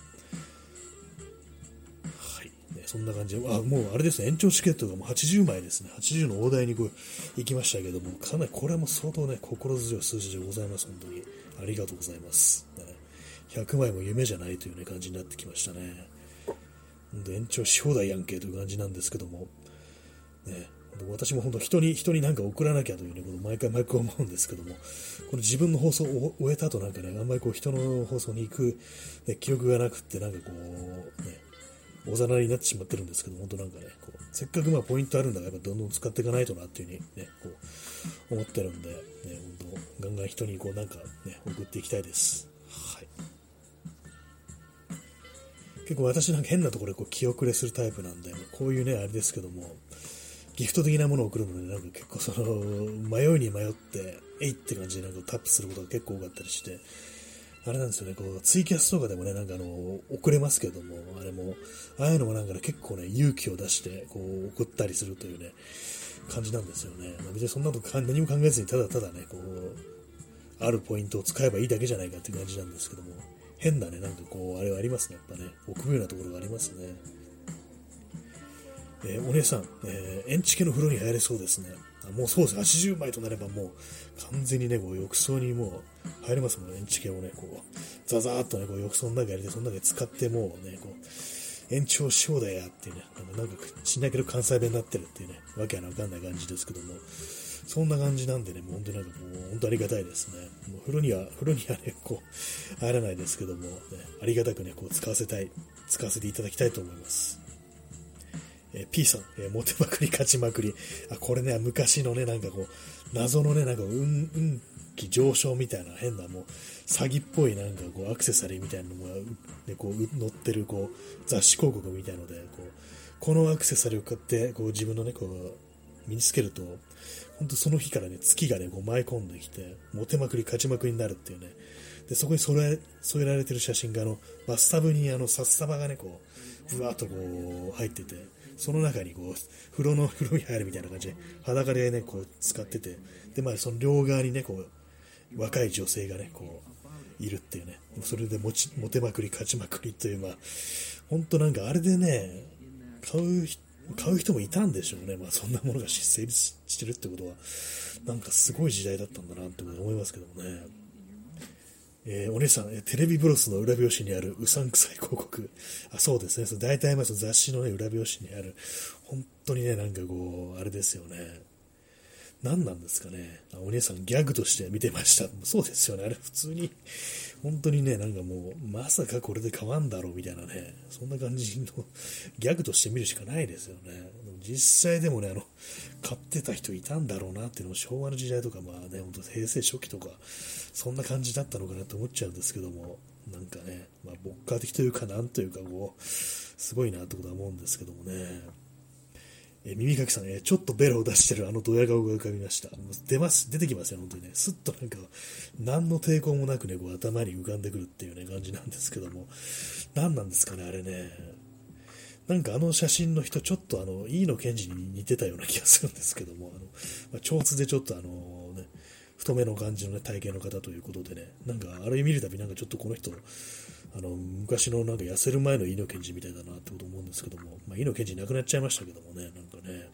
ね、そんな感じで、もうあれですね、延長チケットがもう80枚ですね。80の大台に行きましたけども、かなりこれも相当ね、心強い数字でございます。本当に。ありがとうございます。ね、100枚も夢じゃないというね、感じになってきましたね。で延長し放題やんけという感じなんですけども、ね、私も本当人になんか送らなきゃというね、この毎回思うんですけども、この自分の放送を終えた後なんかね、あんまりこう人の放送に行く、ね、記憶がなくって、なんかこう、ね、おざなりになってしまってるんですけども、本当なんかね、こうせっかくまあポイントあるんだから、やっぱどんどん使っていかないとなっていう風にね、こう思ってるんで、ね、本当ガンガン人にこうなんかね、送っていきたいです。はい。結構私なんか変なところでこう気遅れするタイプなんで、こういうね、あれですけども、ギフト的なものを送るので、なんか結構迷いに迷って、えいって感じでなんかタップすることが結構多かったりして、あれなんですよね、こう、ツイキャスとかでもね、なんか送れますけども、ああいうのもなんかね、結構ね、勇気を出して、こう、送ったりするというね、感じなんですよね。別にそんなこと何も考えずに、ただただね、こう、あるポイントを使えばいいだけじゃないかっていう感じなんですけども、変なね、なんかこう、あれはありますね、やっぱね、臆病なところがありますね。お姉さん、エンチケの風呂に入れそうですね。もうそうです。80枚となればもう完全にね、こう浴槽にもう入れますもんね。エンチケをね、こう、ザザーっとね、こう浴槽の中やりて、その中で使ってもうね、こう、延長しようだやっていうね、なんか死んだけど関西弁になってるっていうね、わけわかんない感じですけども、そんな感じなんでね、もう本当になんかもう本当ありがたいですね。もう風呂にはね、こう、入らないですけども、ね、ありがたくね、こう使わせていただきたいと思います。P さん、モテまくり勝ちまくり。これね、昔のね、なんかこう、謎のね、なんか運気上昇みたいな変なもう、詐欺っぽいなんかこう、アクセサリーみたいなのが、ね、こう、載ってるこう、雑誌広告みたいので、このアクセサリーを買って、こう、自分のね、こう、身につけると、本当その日からね、月がね、こう舞い込んできて、モテまくり勝ちまくりになるっていうね。で、そこに添えられてる写真が、バスタブに札束がね、こう、ぶわーっとこう、入ってて、その中にこう風呂に入るみたいな感じで裸でねこう使ってて、でまあその両側にねこう若い女性がねこういるっていうね、それでモテまくり勝ちまくりという、まあ本当なんかあれでね買う人もいたんでしょうね。まあそんなものが成立してるってことはなんかすごい時代だったんだなって思いますけどもね。お姉さん、テレビブロスの裏表紙にあるうさんくさい広告。そうですね。大体雑誌のね、裏表紙にある、本当にね、なんかこう、あれですよね。何なんですかね。お姉さん、ギャグとして見てました。そうですよね。あれ、普通に、本当にね、なんかもう、まさかこれで変わんだろうみたいなね、そんな感じのギャグとして見るしかないですよね。実際でもね、買ってた人いたんだろうなっていうのも、昭和の時代とか、まあね、本当平成初期とか、そんな感じだったのかなと思っちゃうんですけども、なんかね、まあ、牧歌的というか、なんというか、こう、すごいなってことは思うんですけどもね。耳かきさん、ちょっとベロを出してるドヤ顔が浮かびました。出てきますよ、本当にね。すっとなんか、何の抵抗もなくね、こう頭に浮かんでくるっていうね、感じなんですけども。何なんですかね、あれね。なんか写真の人、ちょっと飯野健二に似てたような気がするんですけども、長髪でちょっとね、太めの感じのね、体型の方ということでね、なんか、あれ見るたびなんかちょっとこの人、昔のなんか痩せる前の飯野健二みたいだなってこと思うんですけども、まあ、飯野健二亡くなっちゃいましたけどもね、なんかね、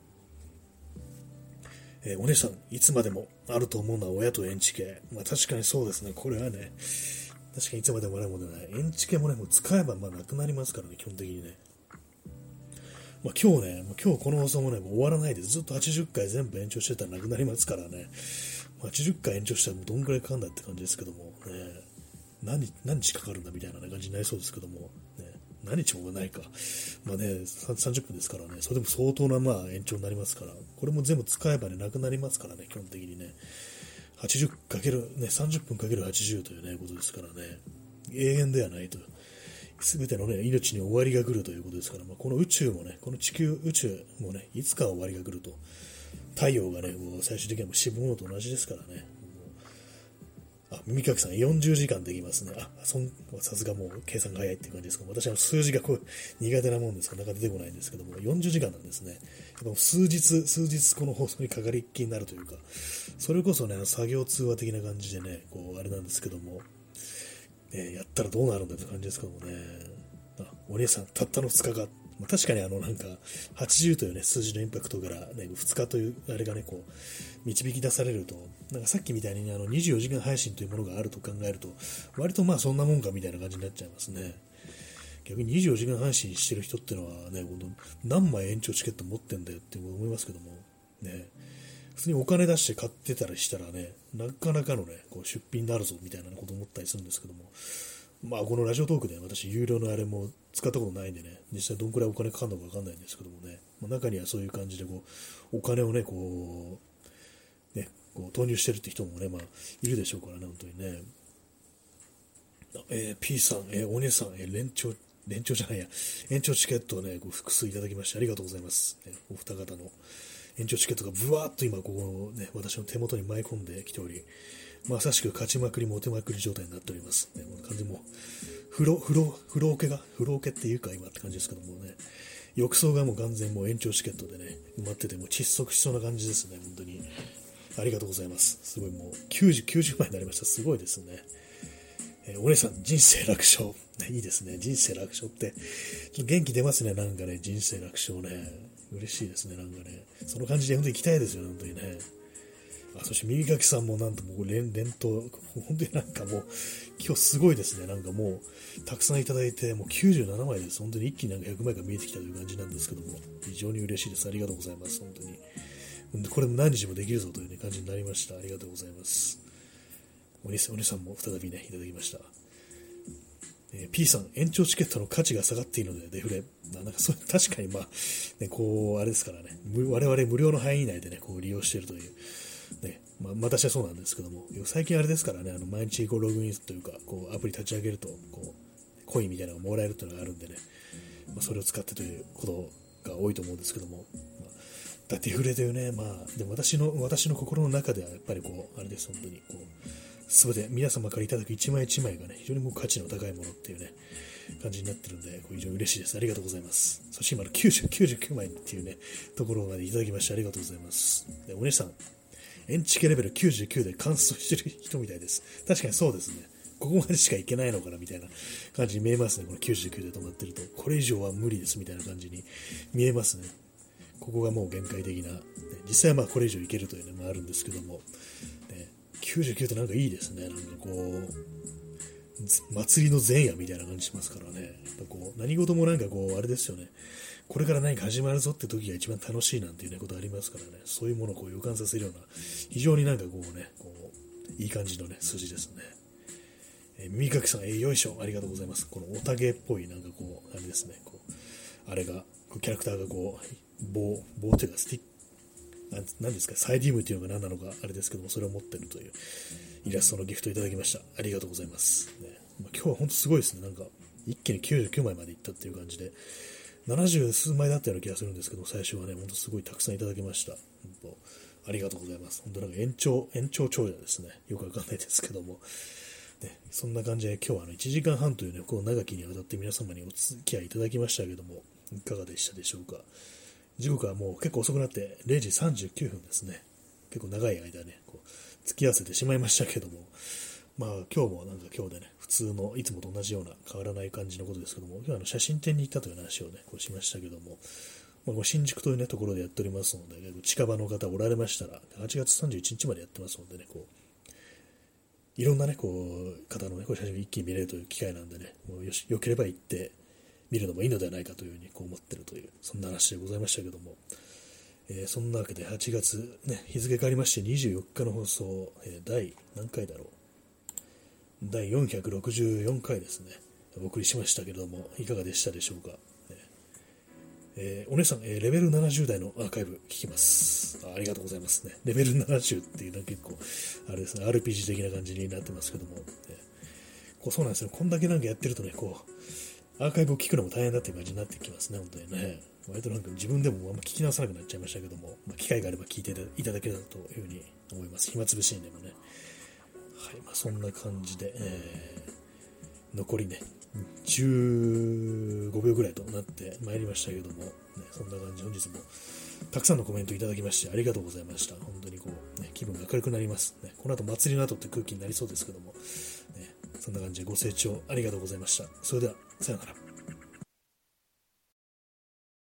お姉さん、いつまでもあると思うのは親とエンチケ。まあ確かにそうですね、これはね、確かにいつまでもあるものではない。エンチケもね、もう使えばまあなくなりますからね、基本的にね。まあ今日この放送もね、もう終わらないでずっと80回全部延長してたらなくなりますからね、80回延長したらもうどんくらいかかるんだって感じですけども、ね、何日かかるんだみたいな感じになりそうですけども、ね、何日もないか。まあね、30分ですからね、それでも相当なまあ延長になりますから、これも全部使えばね、なくなりますからね、基本的にね。30分かける80というね、ことですからね、永遠ではないと。すべてのね、命に終わりが来るということですから、まあ、この宇宙もね、この宇宙もね、いつか終わりが来ると。太陽がね、もう最終的にはもう死ぬのと同じですからね。 耳かきさん40時間できますね。さすがもう計算が早いっていう感じですけど、私は数字が苦手なもんですから、なかなか出てこないんですけども、40時間なんですね。数日この放送にかかりっきりになるというか、それこそね、作業通話的な感じでね、あれなんですけども、やったらどうなるんだって感じですけどもね。お姉さん、たったの2日か。確かになんか、80というね、数字のインパクトからね、2日という、あれがね、導き出されると、なんかさっきみたいにね、24時間配信というものがあると考えると、割とまあそんなもんかみたいな感じになっちゃいますね。逆に24時間配信してる人ってのはね、何枚延長チケット持ってんだよって思いますけども、ね、普通にお金出して買ってたりしたらね、なかなかのね、出品になるぞみたいなこと思ったりするんですけども、まあこのラジオトークで私有料のあれも使ったことないんでね、実際どんくらいお金かかるのかわかんないんですけどもね、中にはそういう感じでお金をね、投入してるって人もね、まあいるでしょうからね、本当にね。P さん、お姉さん、連長じゃないや、延長チケットをね、複数いただきましてありがとうございます。お二方の延長チケットがブワーっと今私の手元に舞い込んできており、まさしく勝ちまくりモテまくり状態になっております。ね、完全にもう風呂桶っていうか今って感じですけどもね、浴槽がもう完全もう延長チケットでね、埋まっててもう窒息しそうな感じですね、本当に。ありがとうございます。すごいもう90枚になりました。すごいですね。お姉さん、人生楽勝。いいですね。人生楽勝って、元気出ますね。なんかね、人生楽勝ね。嬉しいですね。なんかね、その感じで本当に行きたいですよね。本当にね。そして耳かきさんもなんともう連投、本当になんかもう、今日すごいですね。なんかもう、たくさんいただいて、もう97枚です。本当に一気になんか100枚が見えてきたという感じなんですけども、非常に嬉しいです。ありがとうございます。本当に。これも何日もできるぞという、ね、感じになりました。ありがとうございます。お姉さんも再びね、いただきました。P さん、延長チケットの価値が下がっているのでデフレ。なんか確かにまあ、ね、あれですからね、我々無料の範囲内でね、利用しているという。ね、私はそうなんですけども、最近あれですからね、毎日ログインというか、アプリ立ち上げると、コインみたいなのがもらえるというのがあるんでね、それを使ってということが多いと思うんですけども、デフレというね、でも私の心の中ではやっぱりあれです、本当にすべて皆様からいただく一枚一枚がね、非常にもう価値の高いものっていうね、感じになってるんで、非常に嬉しいです。ありがとうございます。そして今の99枚っていうね、ところまでいただきましてありがとうございます。で、お姉さん、エンチケレベル99で乾燥してる人みたいです。確かにそうですね。ここまでしかいけないのかなみたいな感じに見えますね。この99で止まってると。これ以上は無理ですみたいな感じに見えますね。ここがもう限界的な。実際はまあこれ以上いけるというのもあるんですけども。99ってなんかいいですね。なんか祭りの前夜みたいな感じしますからね。やっぱ何事もなんかあれですよね。これから何か始まるぞって時が一番楽しいなんていうね、ことありますからね。そういうものを予感させるような、非常になんかいい感じのね、数字ですね。耳かきさん、よいしょ、ありがとうございます。このおたげっぽい、なんかあれですね、あれが、キャラクターが棒というかスティック、何ですか、サイディウムっていうのが何なのかあれですけども、それを持ってるというイラストのギフトをいただきました。ありがとうございます。ね、今日は本当すごいですね。なんか一気に99枚までいったっていう感じで、70数枚だったような気がするんですけど、最初はね、本当すごいたくさんいただきました。本当ありがとうございます。本当なんか延長長者ですね。よくわかんないですけども。ね、そんな感じで今日は1時間半というね、長きにわたって皆様にお付き合いいただきましたけども、いかがでしたでしょうか。時刻はもう結構遅くなって0時39分ですね。結構長い間ね、付き合わせてしまいましたけども、今日もなんか今日でね、普通のいつもと同じような変わらない感じのことですけども、今日は写真展に行ったという話をね、しましたけども、新宿というね、ところでやっておりますので、近場の方おられましたら、8月31日までやってますのでね、いろんなね、方のね、写真を一気に見れるという機会なんでね、よければ行って見るのもいいのではないかというふうに思っているという、そんな話でございましたけども、そんなわけで8月、ね、日付変わりまして24日の放送、第何回だろう。第464回ですね。お送りしましたけれども、いかがでしたでしょうか。お姉さん、レベル70代のアーカイブ聞きます。ありがとうございますね。レベル70っていうのは結構、あれですね、RPG 的な感じになってますけども、そうなんですよ。こんだけなんかやってるとね、アーカイブを聞くのも大変だっていう感じになってきますね、本当にね。割となんか自分でもあんま聞き直さなくなっちゃいましたけども、機会があれば聞いていただけたらというふうに思います。暇つぶしにでもね。 まあ、そんな感じで、残りね、15秒ぐらいとなってまいりましたけども、ね、そんな感じ、本日もたくさんのコメントいただきましてありがとうございました。本当に気分が明るくなります、ね。この後祭りの後って空気になりそうですけども、ね、そんな感じでご清聴ありがとうございました。それでは、さようなら。